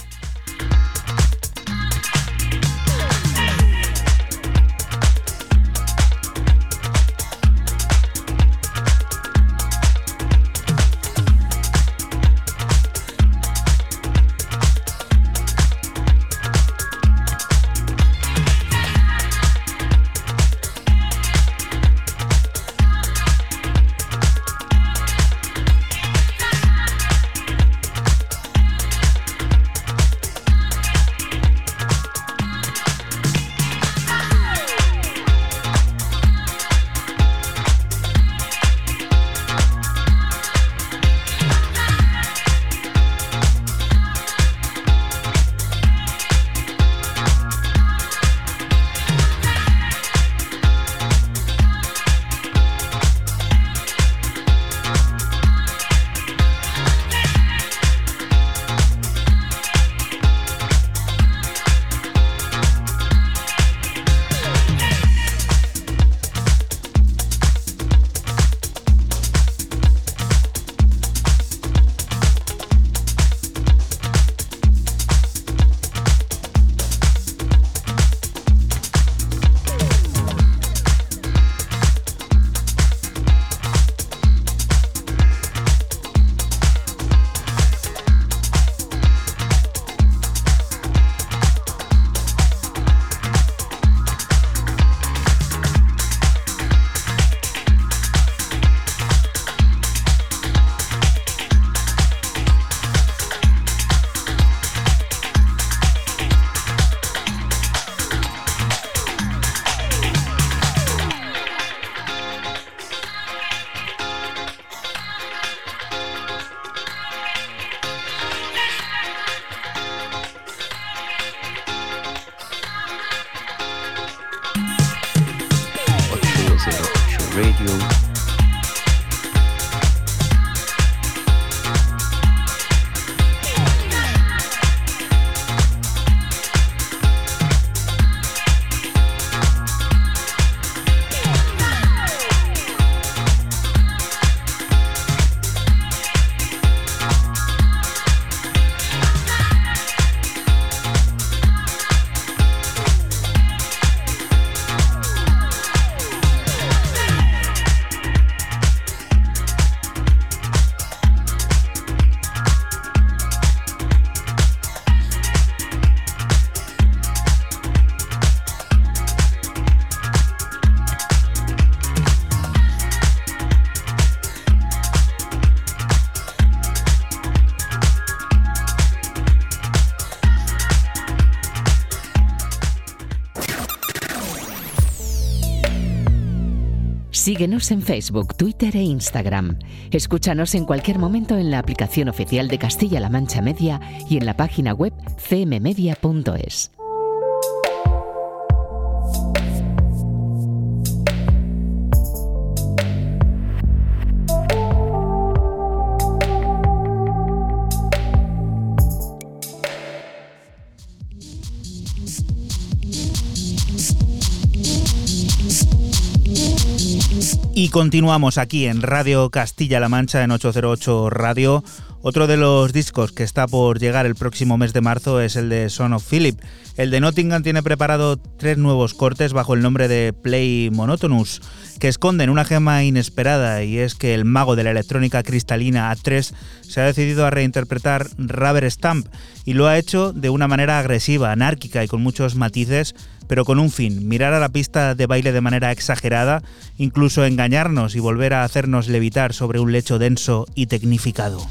Radio. Síguenos en Facebook, Twitter e Instagram. Escúchanos en cualquier momento en la aplicación oficial de Castilla-La Mancha Media y en la página web cmmedia.es. Y continuamos aquí en Radio Castilla-La Mancha, en 808 Radio. Otro de los discos que está por llegar el próximo mes de marzo es el de Son of Philip. El de Nottingham tiene preparado 3 nuevos cortes bajo el nombre de Play Monotonous, que esconden una gema inesperada, y es que el mago de la electrónica cristalina A3 se ha decidido a reinterpretar Rubber Stamp, y lo ha hecho de una manera agresiva, anárquica y con muchos matices, pero con un fin: mirar a la pista de baile de manera exagerada, incluso engañarnos y volver a hacernos levitar sobre un lecho denso y tecnificado.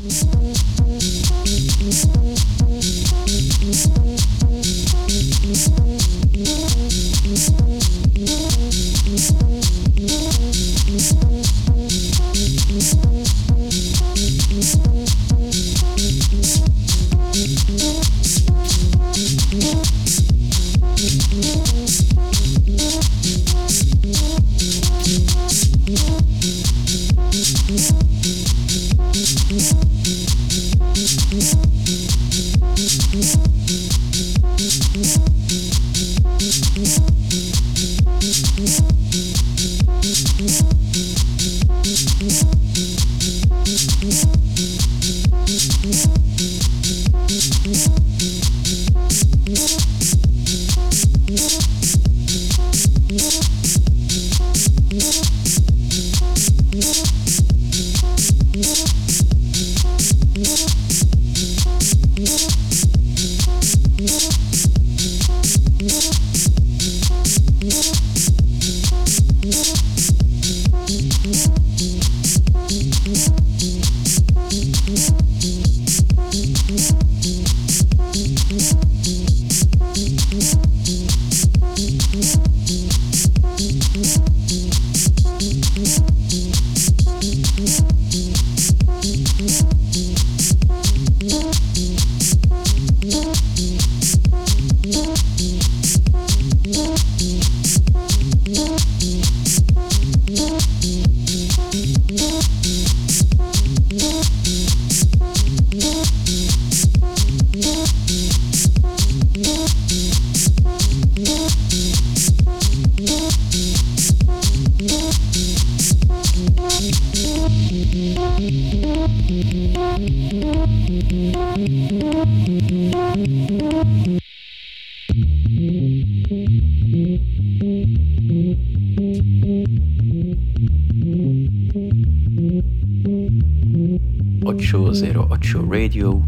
Radio.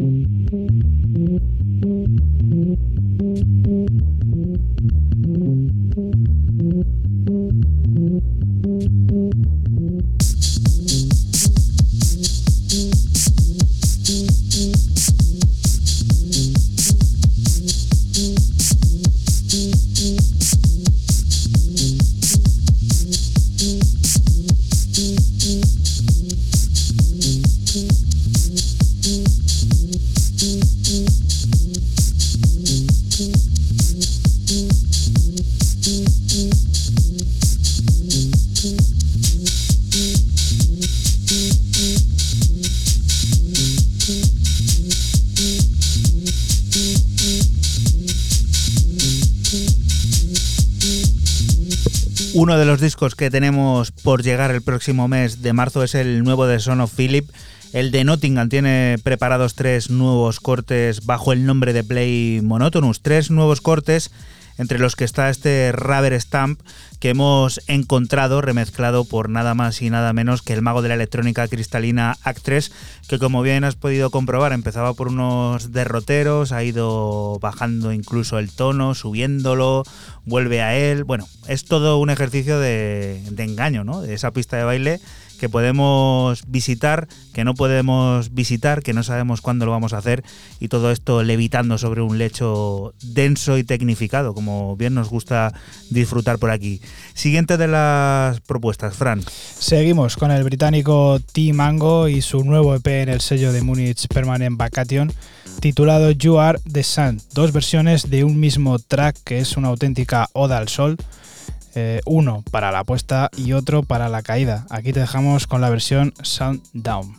Uno de los discos que tenemos por llegar el próximo mes de marzo es el nuevo de Son of Philip. El de Nottingham tiene preparados 3 nuevos cortes bajo el nombre de Play Monotonous. 3 nuevos cortes, entre los que está este Rubber Stamp, que hemos encontrado remezclado por nada más y nada menos que el mago de la electrónica cristalina A3, que, como bien has podido comprobar, empezaba por unos derroteros, ha ido bajando incluso el tono, subiéndolo, vuelve a él. Bueno, es todo un ejercicio de engaño, ¿no? De esa pista de baile que podemos visitar, que no podemos visitar, que no sabemos cuándo lo vamos a hacer, y todo esto levitando sobre un lecho denso y tecnificado, como bien nos gusta disfrutar por aquí. Siguiente de las propuestas, Fran. Seguimos con el británico T-Mango y su nuevo EP en el sello de Munich Permanent Vacation, titulado You Are the Sun. 2 versiones de un mismo track que es una auténtica oda al sol. Uno para la puesta y otro para la caída. Aquí te dejamos con la versión Sundown.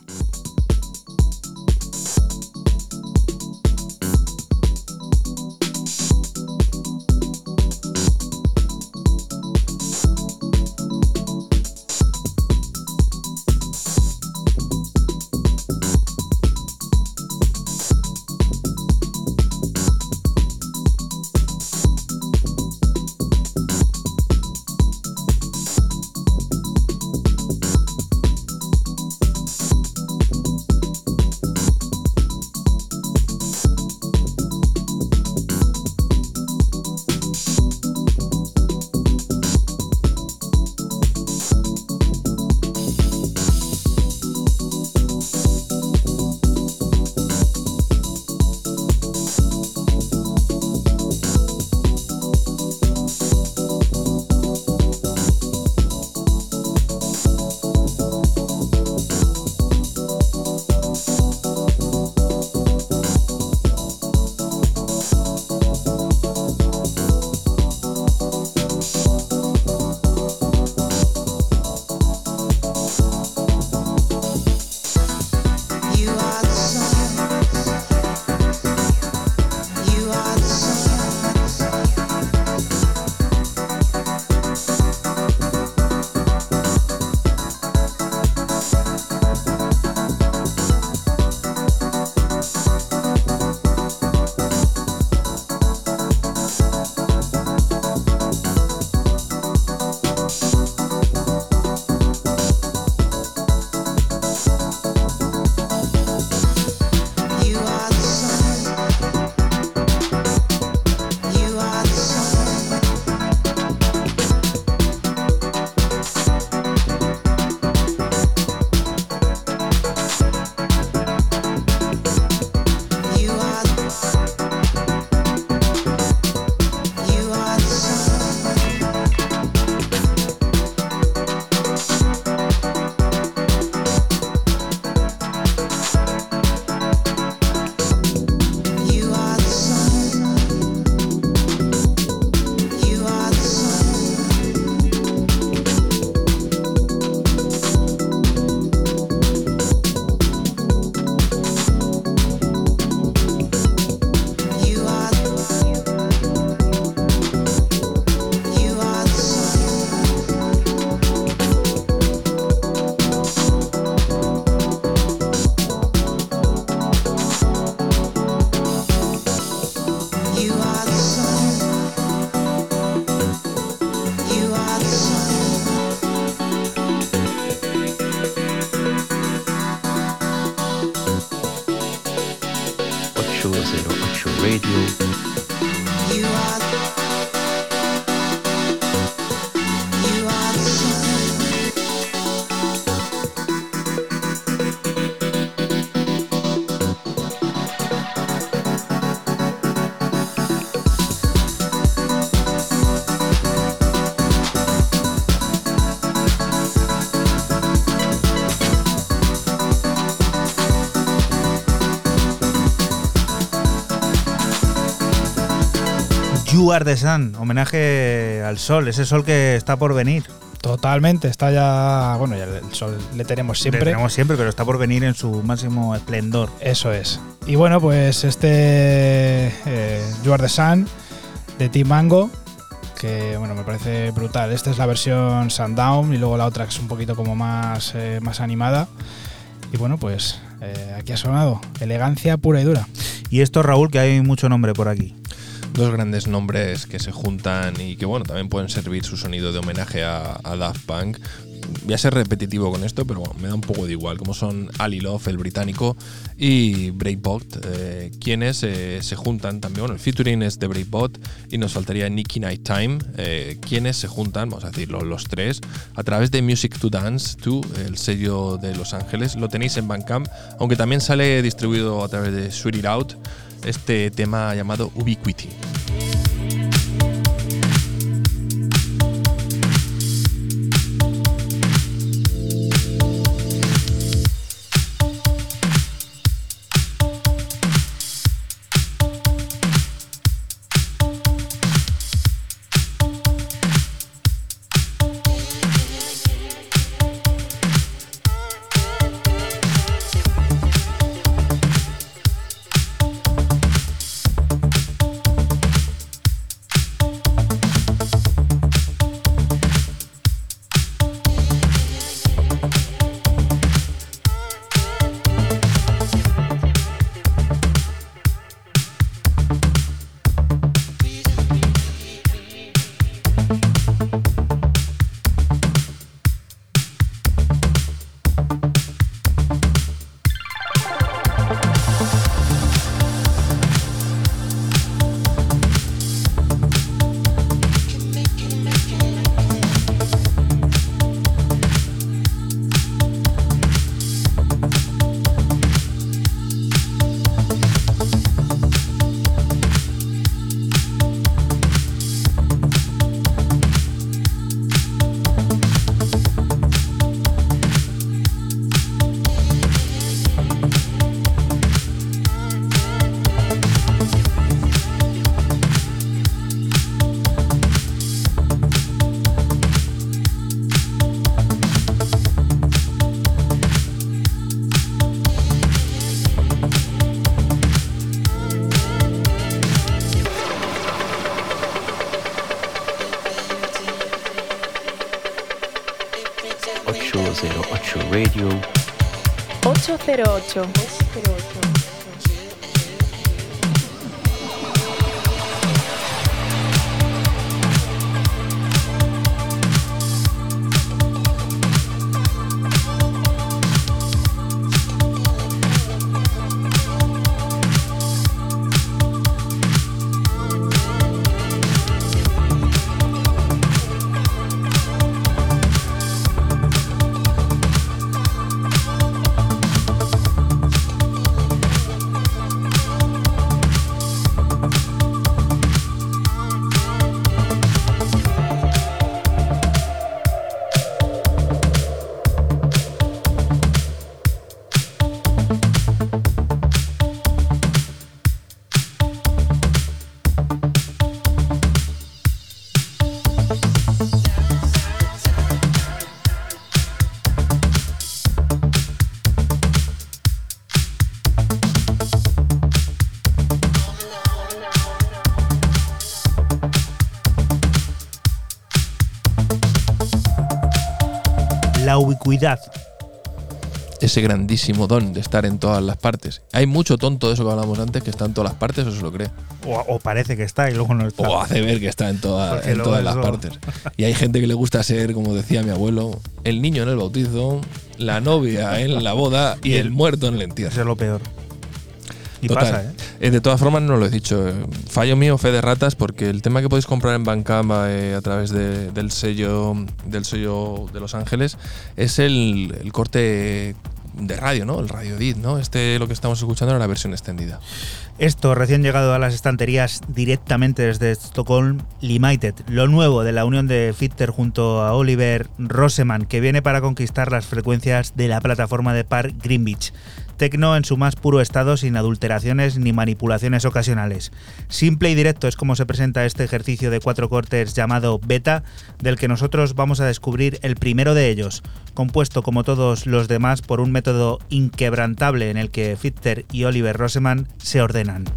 Radio. You Are the Sun, homenaje al sol, ese sol que está por venir. Totalmente, está ya. Bueno, ya el sol le tenemos siempre. Le tenemos siempre, pero está por venir en su máximo esplendor. Eso es. Y bueno, pues You Are the Sun de Team Mango, que bueno, me parece brutal. Esta es la versión Sundown y luego la otra que es un poquito como más animada. Y bueno, pues aquí ha sonado elegancia pura y dura. Y esto, Raúl, que hay mucho nombre por aquí. Dos grandes nombres que se juntan y que bueno, también pueden servir su sonido de homenaje a Daft Punk. Voy a ser repetitivo con esto, pero bueno, me da un poco de igual, como son Ali Love, el británico, y Breakbot, quienes se juntan también. Bueno, el featuring es de Breakbot y nos faltaría Nicky Nighttime, quienes se juntan, vamos a decirlo, los tres, a través de Music to Dance 2, el sello de Los Ángeles. Lo tenéis en Bandcamp, aunque también sale distribuido a través de Sweat It Out, este tema llamado Ubiquity. Radio. 808. La ubicuidad. Ese grandísimo don de estar en todas las partes. Hay mucho tonto de eso que hablamos antes que está en todas las partes o se lo cree. O parece que está y luego no está. O hace ver que está en todas las partes. Y hay gente que le gusta ser, como decía mi abuelo, el niño en el bautizo, la novia en la boda y el muerto en el entierro. Eso es lo peor. Y total. pasa, ¿eh? De todas formas, no lo he dicho. Fallo mío, fe de ratas, porque el tema que podéis comprar en Bandcamp a través del sello de Los Ángeles es el corte de radio, ¿no? El radio edit, ¿no? Lo que estamos escuchando era la versión extendida. Esto, recién llegado a las estanterías directamente desde Stockholm, Limited, lo nuevo de la unión de Fitter junto a Oliver Roseman, que viene para conquistar las frecuencias de la plataforma de Park Greenwich. Tecno en su más puro estado, sin adulteraciones ni manipulaciones ocasionales. Simple y directo es como se presenta este ejercicio de 4 cortes llamado Beta, del que nosotros vamos a descubrir el primero de ellos, compuesto como todos los demás por un método inquebrantable en el que Fitter y Oliver Roseman se ordenan.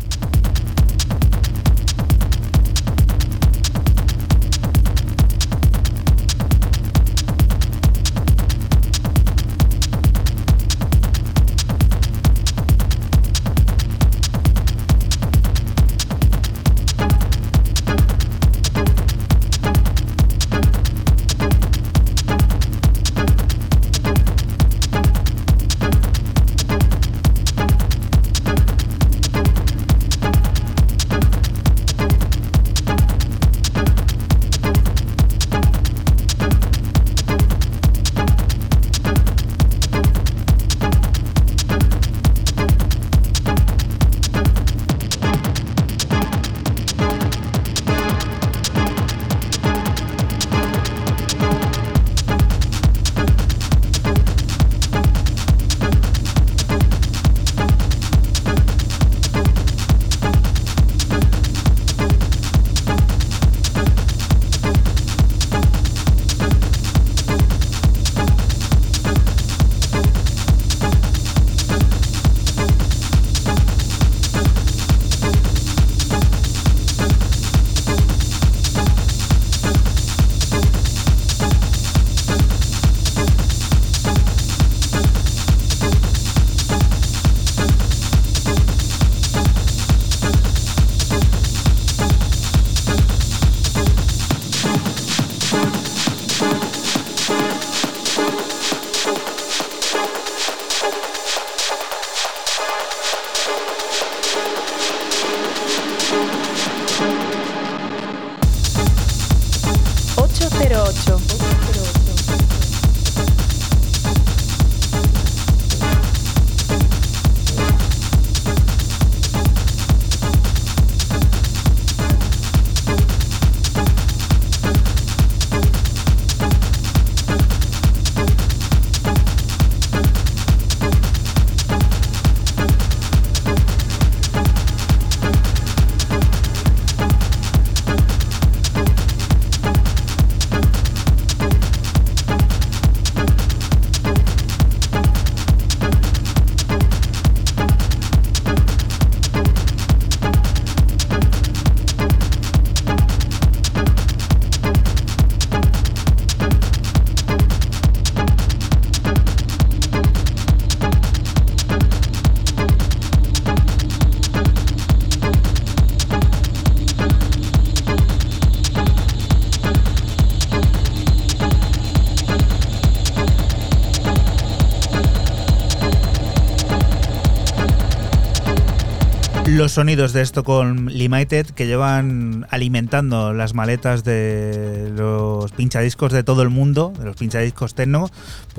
Los sonidos de Stockholm Limited, que llevan alimentando las maletas de los pinchadiscos de todo el mundo, de los pinchadiscos techno,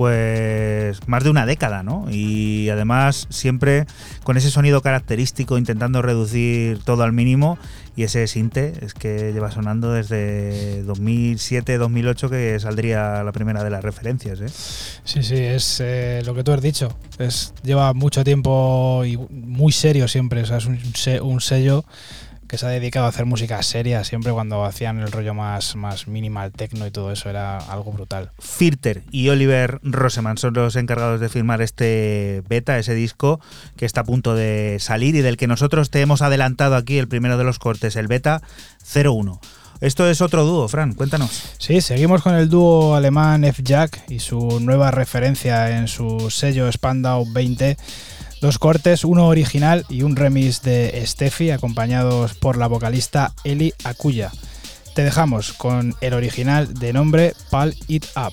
pues más de una década, ¿no? Y además siempre con ese sonido característico, intentando reducir todo al mínimo, y ese sinte es que lleva sonando desde 2007-2008, que saldría la primera de las referencias, ¿eh? Sí, es lo que tú has dicho. Lleva mucho tiempo y muy serio siempre. O sea, es un sello que se ha dedicado a hacer música seria. Siempre cuando hacían el rollo más minimal techno y todo eso, era algo brutal. Fitter y Oliver Roseman son los encargados de firmar este beta, ese disco que está a punto de salir y del que nosotros te hemos adelantado aquí el primero de los cortes, el beta 01. Esto es otro dúo, Fran, cuéntanos. Sí, seguimos con el dúo alemán F-Jack y su nueva referencia en su sello Spandau 20. 2 cortes, uno original y un remix de Steffi, acompañados por la vocalista Eli Akuya. Te dejamos con el original de nombre Pull It Up.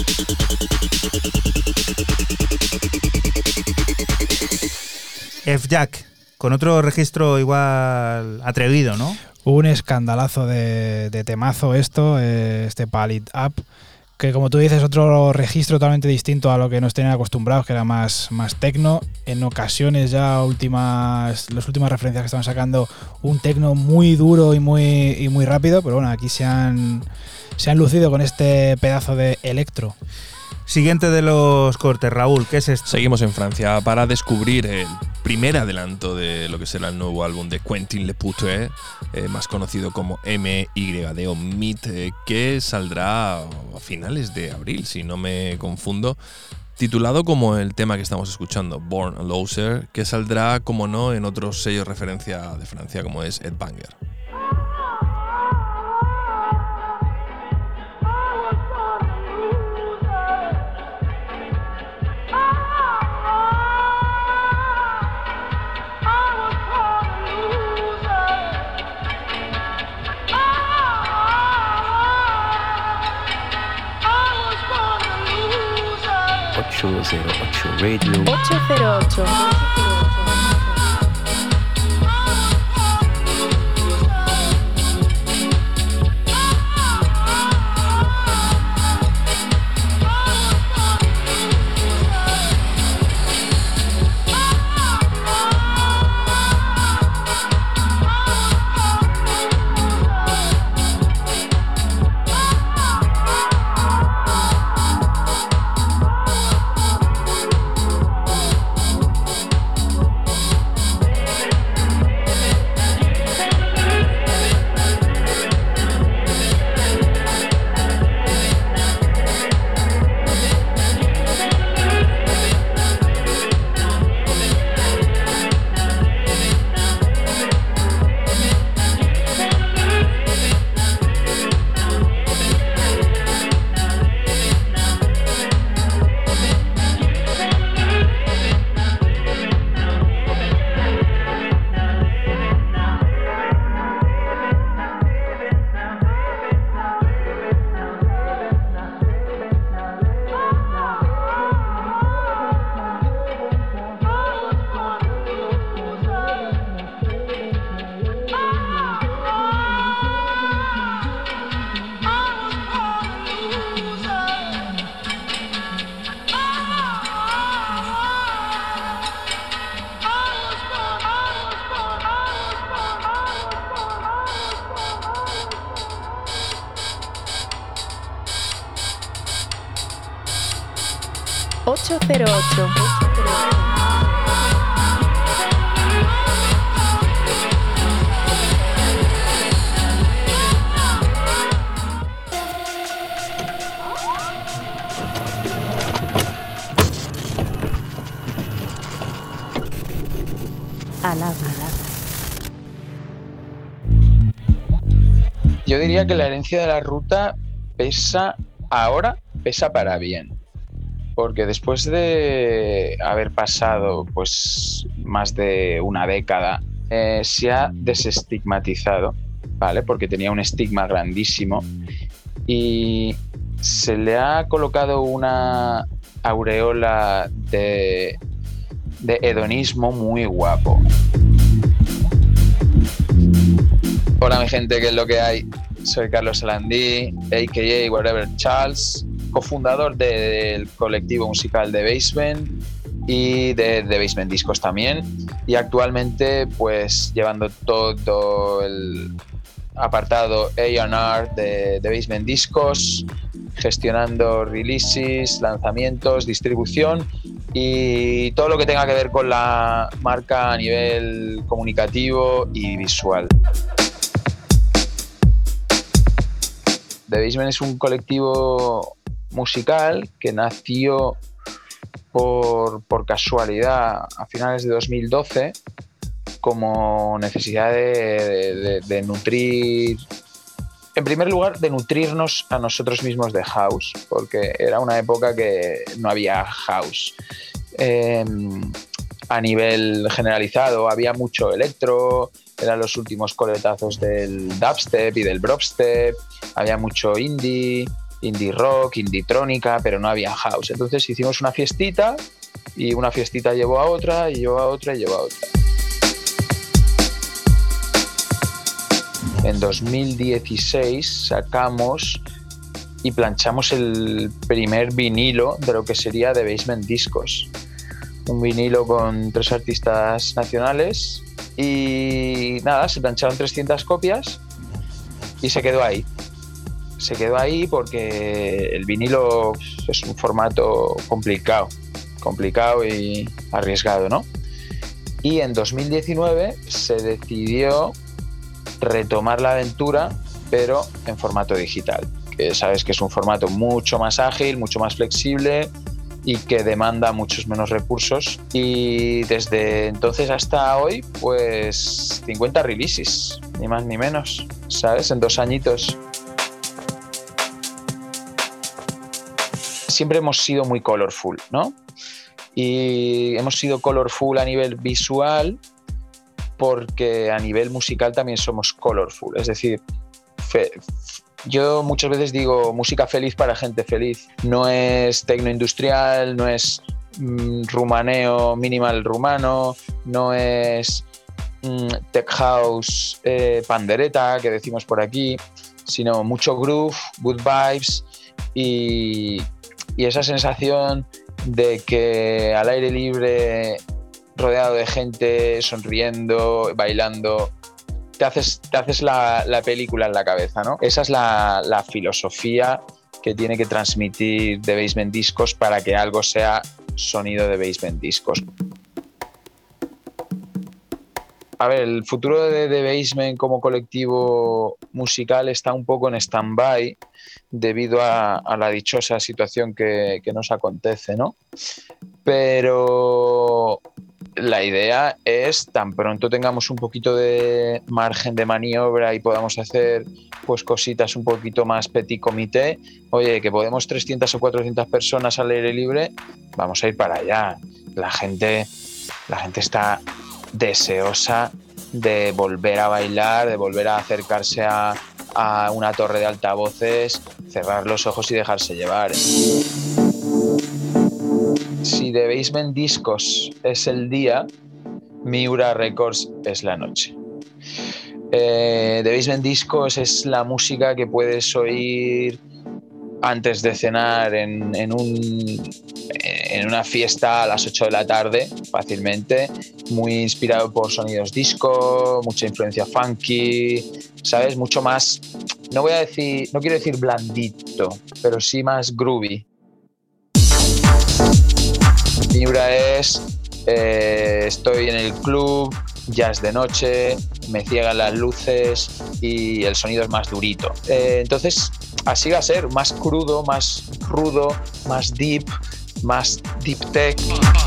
F-Jack, con otro registro igual atrevido, ¿no? Un escandalazo de temazo esto, este Pal It Up, que como tú dices, otro registro totalmente distinto a lo que nos tenían acostumbrados, que era más techno. En ocasiones ya las últimas referencias que estaban sacando, un techno muy duro y muy rápido, pero bueno, aquí se han lucido con este pedazo de electro. Siguiente de los cortes, Raúl, ¿qué es esto? Seguimos en Francia para descubrir el primer adelanto de lo que será el nuevo álbum de Quentin Lepoutre, más conocido como MYD o MYD, que saldrá a finales de abril, si no me confundo, titulado como el tema que estamos escuchando, Born a Loser, que saldrá, como no, en otros sellos referencia de Francia, como es Ed Banger. 808 Radio. 808. Yo diría que la herencia de la ruta pesa para bien, porque después de haber pasado pues más de una década, se ha desestigmatizado, ¿vale? Porque tenía un estigma grandísimo y se le ha colocado una aureola de hedonismo muy guapo. Hola mi gente, ¿qué es lo que hay? Soy Carlos Alandí, a.k.a. Whatever Charles, cofundador del colectivo musical The Basement y de The Basement Discos también, y actualmente pues llevando todo el apartado A&R de The Basement Discos, gestionando releases, lanzamientos, distribución y todo lo que tenga que ver con la marca a nivel comunicativo y visual. The Basement es un colectivo musical que nació por casualidad a finales de 2012 como necesidad de nutrir, en primer lugar, de nutrirnos a nosotros mismos de house, porque era una época que no había house a nivel generalizado, había mucho electro, eran los últimos coletazos del dubstep y del bropstep, había mucho indie indie rock, indie trónica, pero no había house. Entonces hicimos una fiestita y una fiestita llevó a otra y llevó a otra y llevó a otra. En 2016 sacamos y planchamos el primer vinilo de lo que sería The Basement Discos. Un vinilo con 3 artistas nacionales y nada, se plancharon 300 copias y se quedó ahí. Se quedó ahí porque el vinilo es un formato complicado y arriesgado, ¿no? Y en 2019 se decidió retomar la aventura, pero en formato digital. Que sabes que es un formato mucho más ágil, mucho más flexible y que demanda muchos menos recursos. Y desde entonces hasta hoy, pues 50 releases, ni más ni menos, ¿sabes? En 2 añitos. Siempre hemos sido muy colorful, ¿no? Y hemos sido colorful a nivel visual porque a nivel musical también somos colorful. Es decir, yo muchas veces digo música feliz para gente feliz. No es tecno industrial, no es rumaneo minimal rumano, no es tech house pandereta, que decimos por aquí, sino mucho groove, good vibes y esa sensación de que al aire libre, rodeado de gente, sonriendo, bailando, te haces la película en la cabeza, ¿no? Esa es la filosofía que tiene que transmitir The Basement Discos para que algo sea sonido de Basement Discos. A ver, el futuro de The Basement como colectivo musical está un poco en stand-by debido a la dichosa situación que nos acontece, ¿no? Pero la idea es, tan pronto tengamos un poquito de margen de maniobra y podamos hacer pues cositas un poquito más petit comité, oye, que podemos 300 o 400 personas al aire libre, vamos a ir para allá. La gente está deseosa de volver a bailar, de volver a acercarse a una torre de altavoces, cerrar los ojos y dejarse llevar. Si The Basement Discos es el día, Miura Records es la noche. The Basement Discos es la música que puedes oír antes de cenar en una fiesta a las 8 de la tarde, fácilmente, muy inspirado por sonidos disco, mucha influencia funky, ¿sabes? Mucho más, no quiero decir blandito, pero sí más groovy. Miura es, estoy en el club, jazz de noche, me ciegan las luces y el sonido es más durito. Entonces, así va a ser, más crudo, más rudo, más deep tech.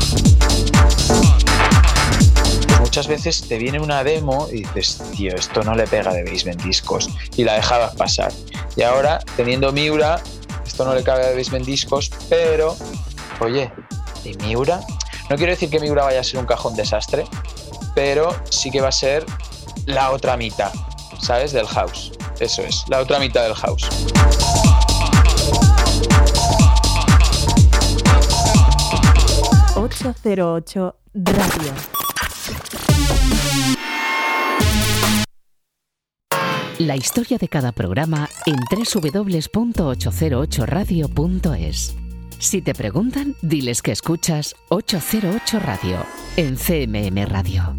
Muchas veces te viene una demo y dices, tío, esto no le pega de Basement Discos, y la dejabas pasar. Y ahora, teniendo Miura, esto no le cabe de Basement Discos, pero, oye, ¿y Miura? No quiero decir que Miura vaya a ser un cajón desastre, pero sí que va a ser la otra mitad, ¿sabes? Del house. Eso es, la otra mitad del house. ...808 Radio. La historia de cada programa en www.808radio.es. Si te preguntan, diles que escuchas 808 Radio en CMM Radio.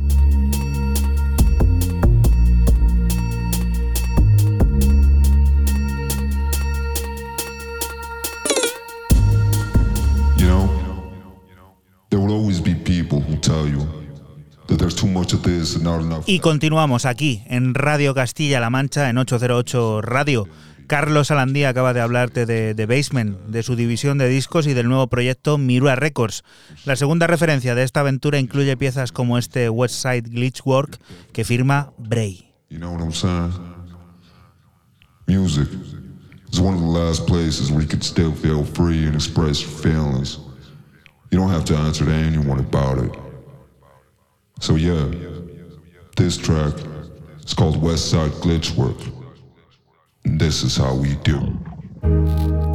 You know, there will always be people who tell you that there's too much of this and not enough. Y continuamos aquí en Radio Castilla-La Mancha en 808 Radio. Carlos Alandí acaba de hablarte de The Basement, de su división de discos y del nuevo proyecto Miura Records. La segunda referencia de esta aventura incluye piezas como este West Side Glitchwork que firma Bray. You know what I'm saying? Music is one of the last places where you can still feel free and express your feelings. You don't have to answer to anyone about it. So yeah, this track is called West Side Glitchwork. And this is how we do.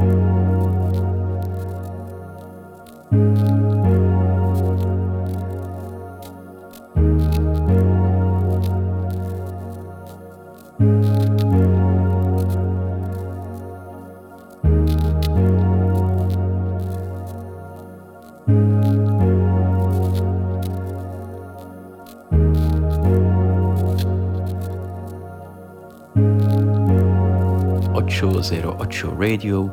808 Radio.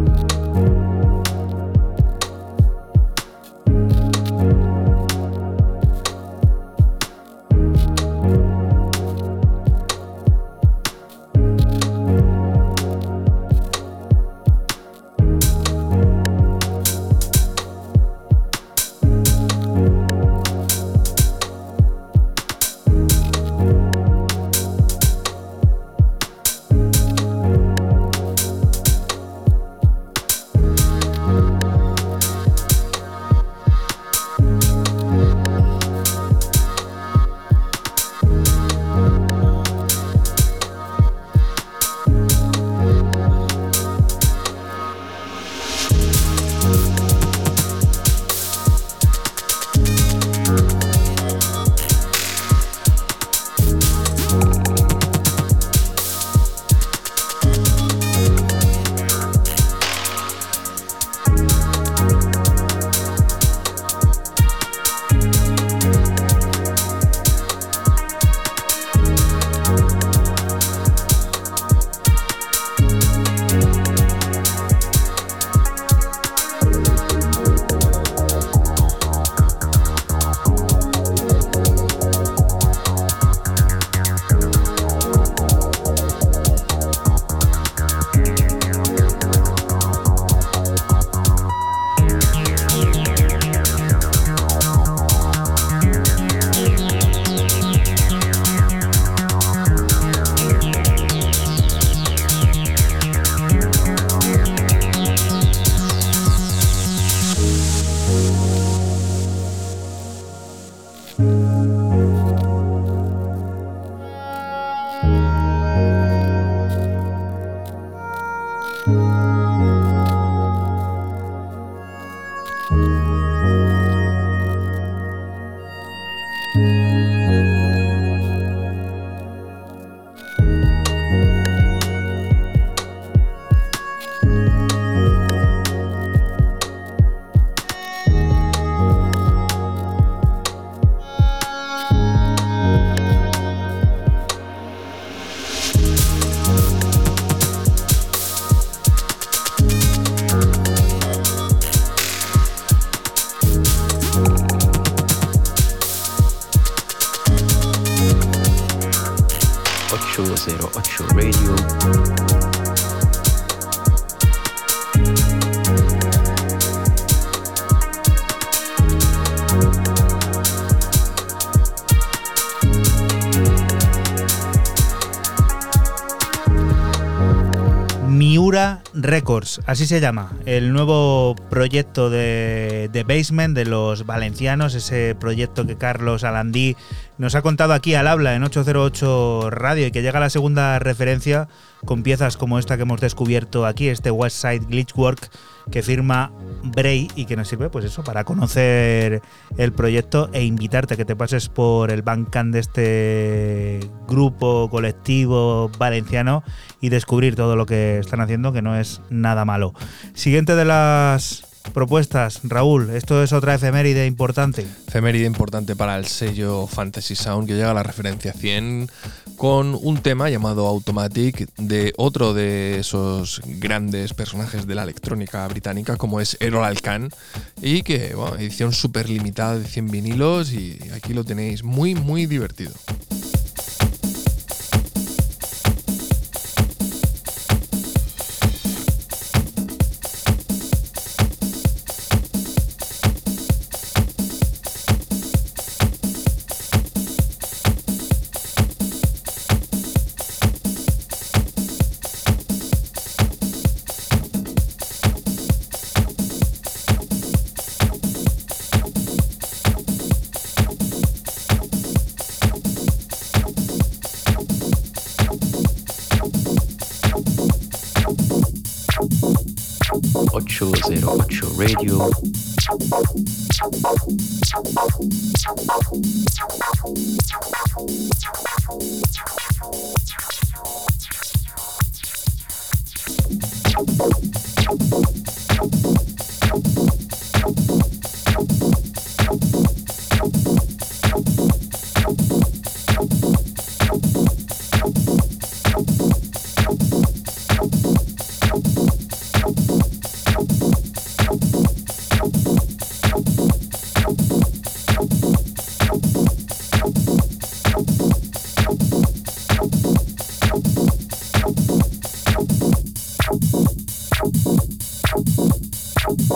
Radio. Miura Records, así se llama, el nuevo proyecto de Basement, de los valencianos, ese proyecto que Carlos Alandí nos ha contado aquí al habla en 808 Radio y que llega a la segunda referencia con piezas como esta que hemos descubierto aquí, este West Side Glitchwork que firma Bray y que nos sirve pues eso para conocer el proyecto e invitarte a que te pases por el Bandcamp de este grupo colectivo valenciano y descubrir todo lo que están haciendo, que no es nada malo. Siguiente de las propuestas, Raúl, esto es otra efeméride importante. Efeméride importante para el sello Fantasy Sound, que llega a la referencia 100 con un tema llamado Automatic de otro de esos grandes personajes de la electrónica británica como es Errol Alkan, y que, bueno, edición súper limitada de 100 vinilos, y aquí lo tenéis muy muy divertido. 808 Radio.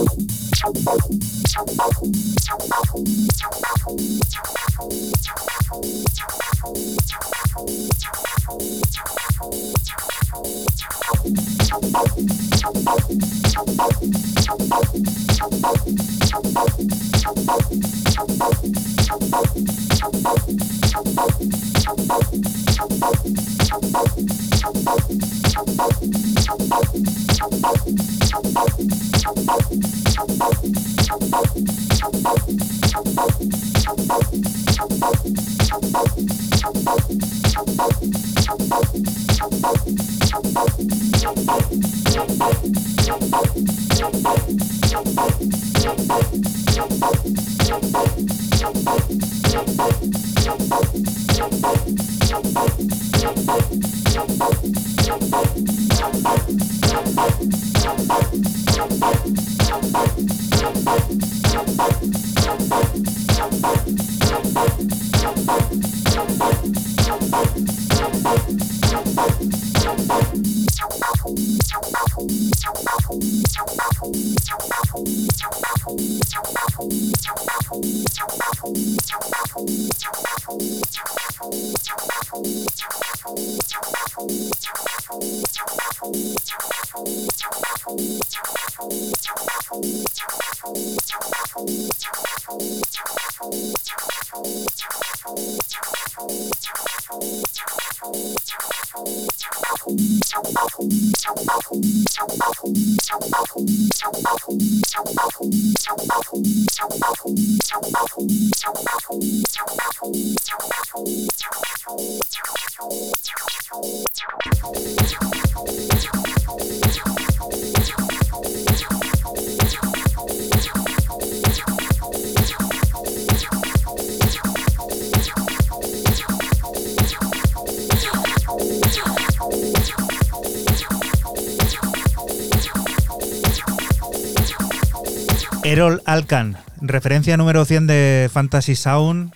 Erol Alkan, referencia número 100 de Fantasy Sound.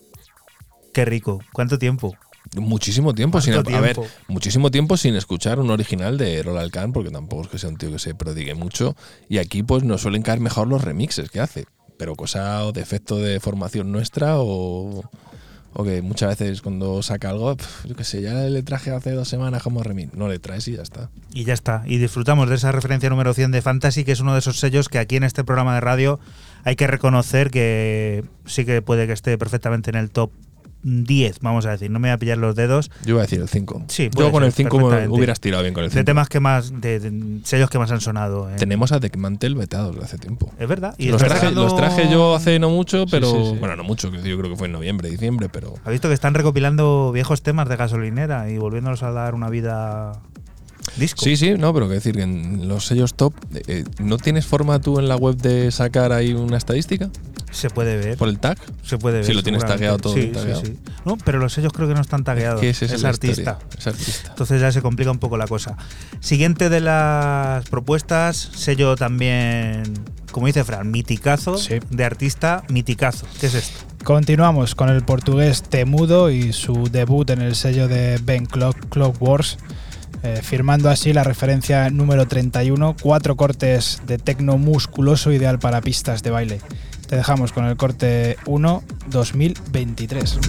Qué rico. ¿Cuánto tiempo? Muchísimo tiempo muchísimo tiempo sin escuchar un original de Erol Alkan, porque tampoco es que sea un tío que se prodigue mucho. Y aquí pues nos suelen caer mejor los remixes que hace. Pero cosa o defecto de formación nuestra o que muchas veces cuando saca algo, yo qué sé, ya le traje hace 2 semanas como remix. No le traes y ya está. Y ya está. Y disfrutamos de esa referencia número 100 de Fantasy, que es uno de esos sellos que aquí en este programa de radio hay que reconocer que sí que puede que esté perfectamente en el top 10, vamos a decir. No me voy a pillar los dedos. Yo voy a decir el 5. Sí, yo con el 5 me hubieras tirado bien con el 5. De temas que más, de sellos que más han sonado. Tenemos a Deckmantel vetados de hace tiempo. Es verdad. Y los traje yo hace no mucho, pero sí. Bueno, no mucho, yo creo que fue en noviembre, diciembre, pero. ¿Ha visto que están recopilando viejos temas de gasolinera y volviéndolos a dar una vida disco? Sí, no, pero que decir que en los sellos top, ¿no tienes forma tú en la web de sacar ahí una estadística? Se puede ver. ¿Por el tag? Se puede ver. Si lo tienes tagueado todo. Sí, tagueado. Sí. No, pero los sellos creo que no están tagueados. Es que es artista. Es artista. Entonces ya se complica un poco la cosa. Siguiente de las propuestas, sello también, como dice Fran, miticazo, de artista miticazo. ¿Qué es esto? Continuamos con el portugués Temudo y su debut en el sello de Ben Clockworks. Firmando así la referencia número 31, 4 cortes de tecno musculoso ideal para pistas de baile. Te dejamos con el corte 1 2023.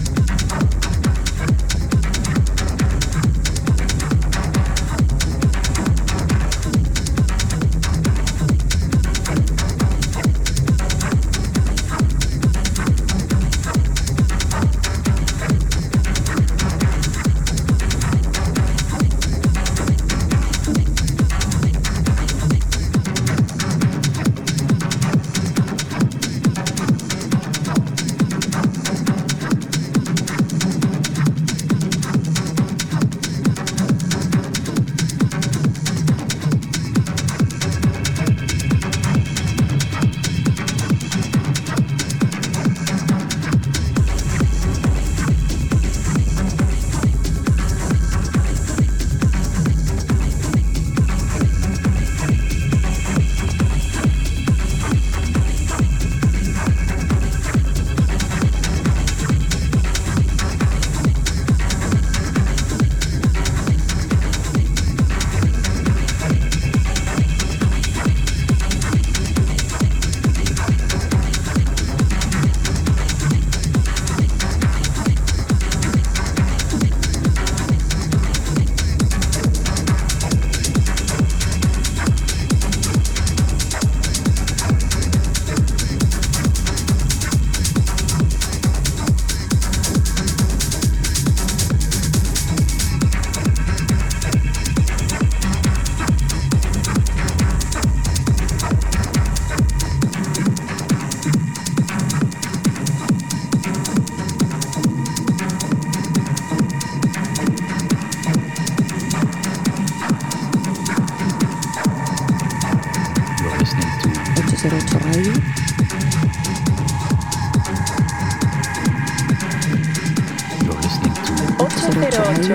808 Radio. You're listening to 808.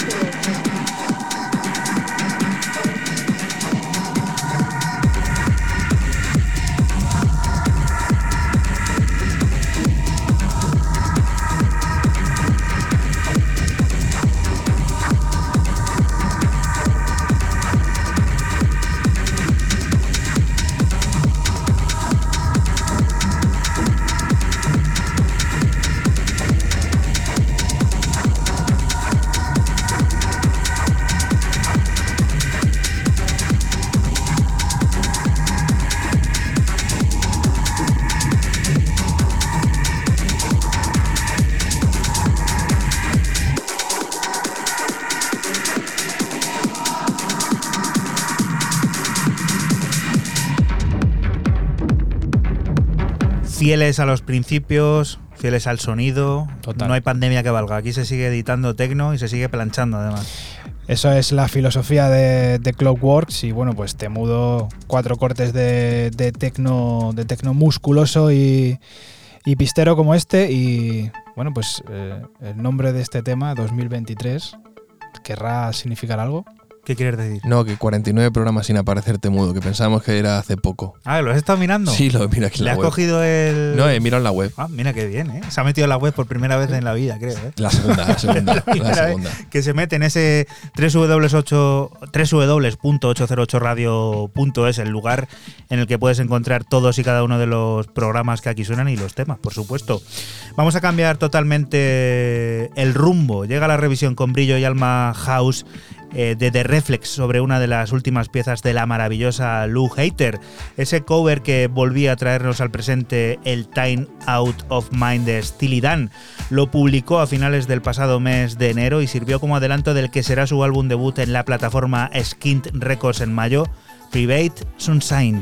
Fieles a los principios, fieles al sonido. Total. No hay pandemia que valga. Aquí se sigue editando tecno y se sigue planchando además. Eso es la filosofía de Clockworks y bueno, pues te mudo 4 cortes de tecno musculoso y pistero como este y bueno, pues el nombre de este tema, 2023, ¿querrá significar algo? ¿Qué quieres decir? No, que 49 programas sin aparecerte mudo, que pensábamos que era hace poco. Ah, ¿lo has estado mirando? Sí, lo miro aquí en ¿Le la has web. cogido el...? No, he mirado en la web. Ah, mira qué bien, ¿eh? Se ha metido en la web por primera vez en la vida, creo, ¿eh? La segunda. La primera vez que se mete en ese www.808radio.es, el lugar en el que puedes encontrar todos y cada uno de los programas que aquí suenan y los temas, por supuesto. Vamos a cambiar totalmente el rumbo. Llega la revisión con brillo y alma house de The Reflex sobre una de las últimas piezas de la maravillosa Lou Hater, ese cover que volvía a traernos al presente el Time Out of Mind de Steely Dan. Lo publicó a finales del pasado mes de enero y sirvió como adelanto del que será su álbum debut en la plataforma Skint Records en mayo, Private Sunshine.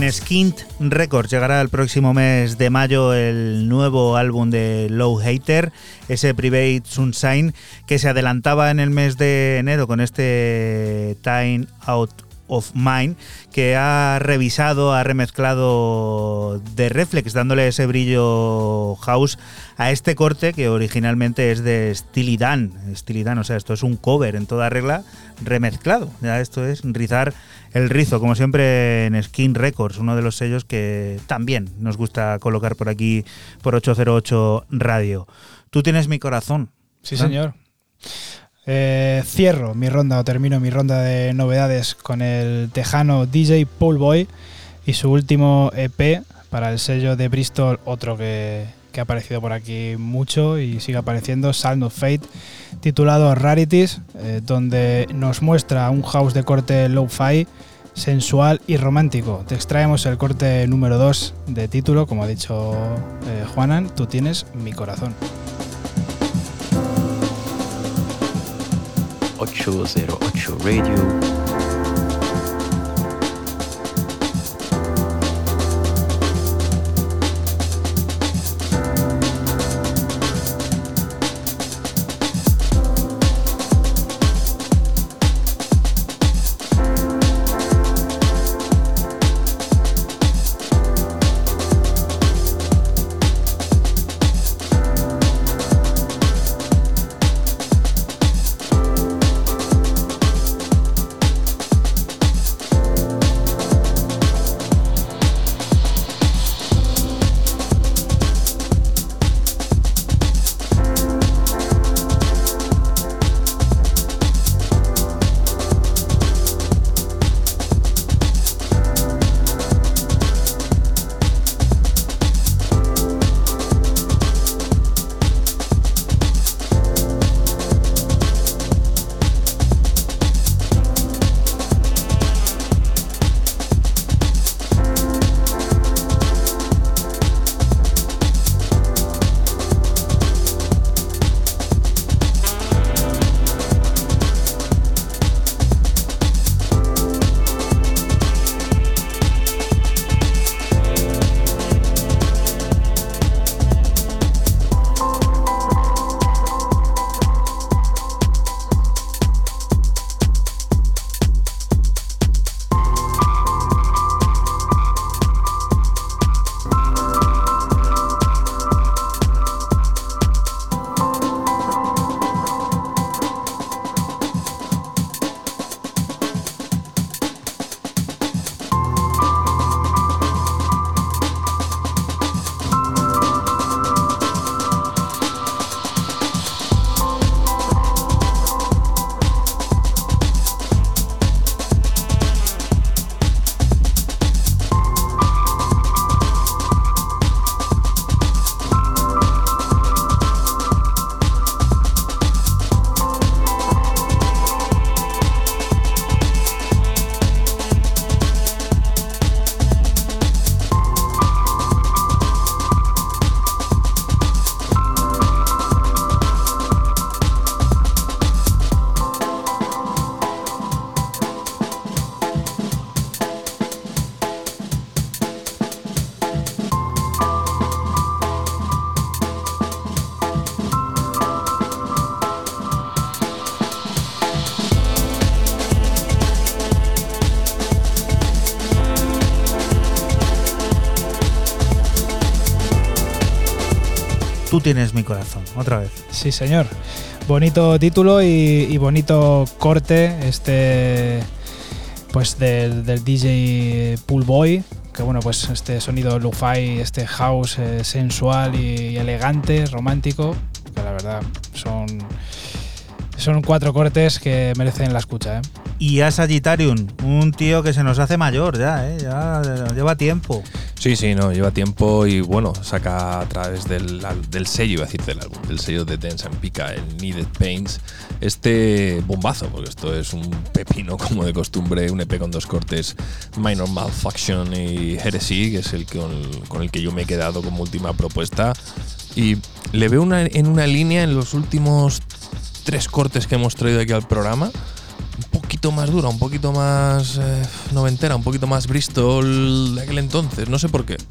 En Skint Records llegará el próximo mes de mayo el nuevo álbum de Low Hater, ese Private Sunshine que se adelantaba en el mes de enero con este Time Out of Mind, que ha revisado, ha remezclado The Reflex, dándole ese brillo house a este corte que originalmente es de Steely Dan, o sea, esto es un cover en toda regla remezclado. Ya esto es rizar el rizo, como siempre en Skint Records, uno de los sellos que también nos gusta colocar por aquí por 808 Radio. Tú tienes mi corazón. Sí, señor. Cierro mi ronda o termino mi ronda de novedades con el tejano DJ Poolboy y su último EP para el sello de Bristol, otro que ha aparecido por aquí mucho y sigue apareciendo, Sound of Fate, titulado Rarities, donde nos muestra un house de corte lo-fi, sensual y romántico. Te extraemos el corte número 2 de título, como ha dicho Juanan, Tú tienes mi corazón. 808 Radio. Tú tienes mi corazón, otra vez. Sí, señor. Bonito título y bonito corte pues del DJ Poolboy, que bueno, pues este sonido lo-fi, este house sensual y elegante, romántico, que la verdad son 4 cortes que merecen la escucha, ¿eh? Y a Sagittarium, un tío que se nos hace mayor ya lleva tiempo. Sí, no, lleva tiempo y bueno, saca a través del sello, iba a decir del álbum, del sello de Dance and Pika, el Needed Pains, este bombazo, porque esto es un pepino como de costumbre, un EP con 2 cortes, Minor Malfunction y Heresy, que es el con el que yo me he quedado como última propuesta, y le veo en una línea en los últimos 3 cortes que hemos traído aquí al programa, poquito más dura, un poquito más noventera, un poquito más Bristol de aquel entonces, no sé por qué.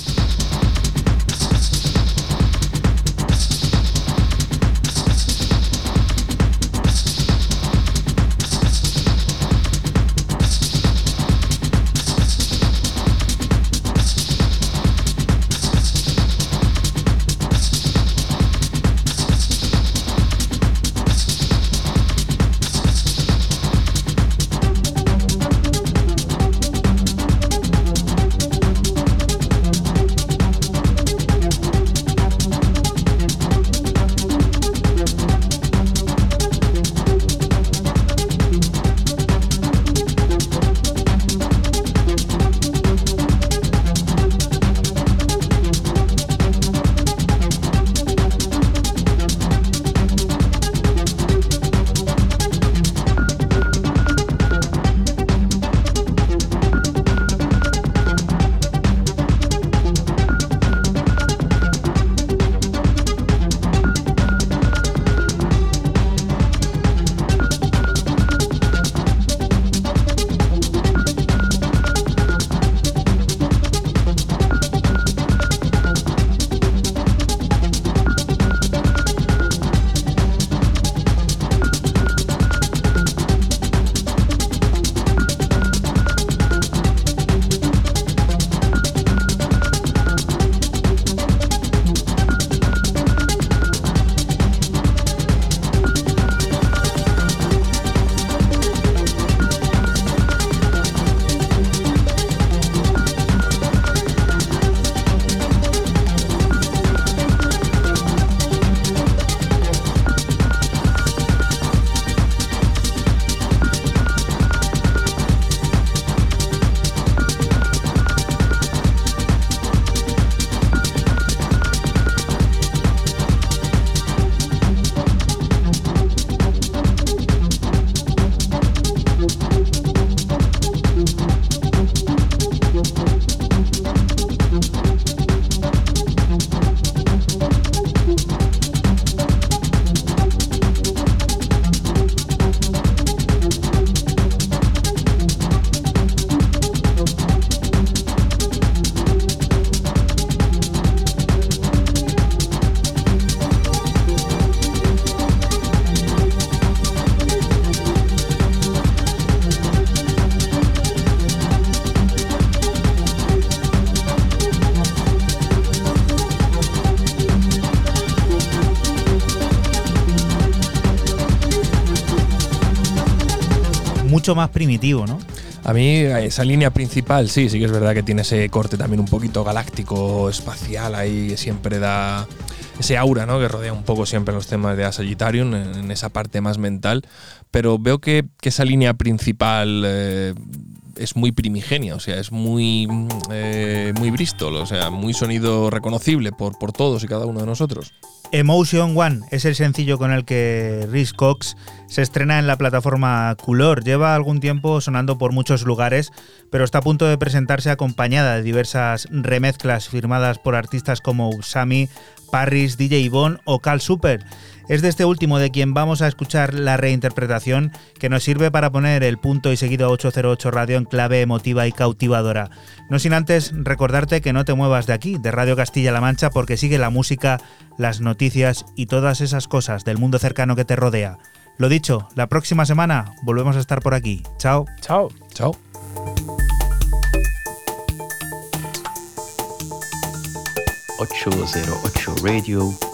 mucho más primitivo, ¿no? A mí esa línea principal sí que es verdad que tiene ese corte también un poquito galáctico, espacial, ahí que siempre da ese aura, ¿no?, que rodea un poco siempre los temas de A Sagittarium, en esa parte más mental, pero veo que esa línea principal es muy primigenia, o sea, es muy Bristol, o sea, muy sonido reconocible por todos y cada uno de nosotros. Emotion One es el sencillo con el que Rhys Cox se estrena en la plataforma Color. Lleva algún tiempo sonando por muchos lugares, pero está a punto de presentarse acompañada de diversas remezclas firmadas por artistas como Usami, Parris, DJ Bone o Cal Super. Es de este último de quien vamos a escuchar la reinterpretación, que nos sirve para poner el punto y seguido a 808 Radio en clave emotiva y cautivadora. No sin antes recordarte que no te muevas de aquí, de Radio Castilla-La Mancha, porque sigue la música, las noticias y todas esas cosas del mundo cercano que te rodea. Lo dicho, la próxima semana volvemos a estar por aquí. Chao. Chao. Chao. 808 Radio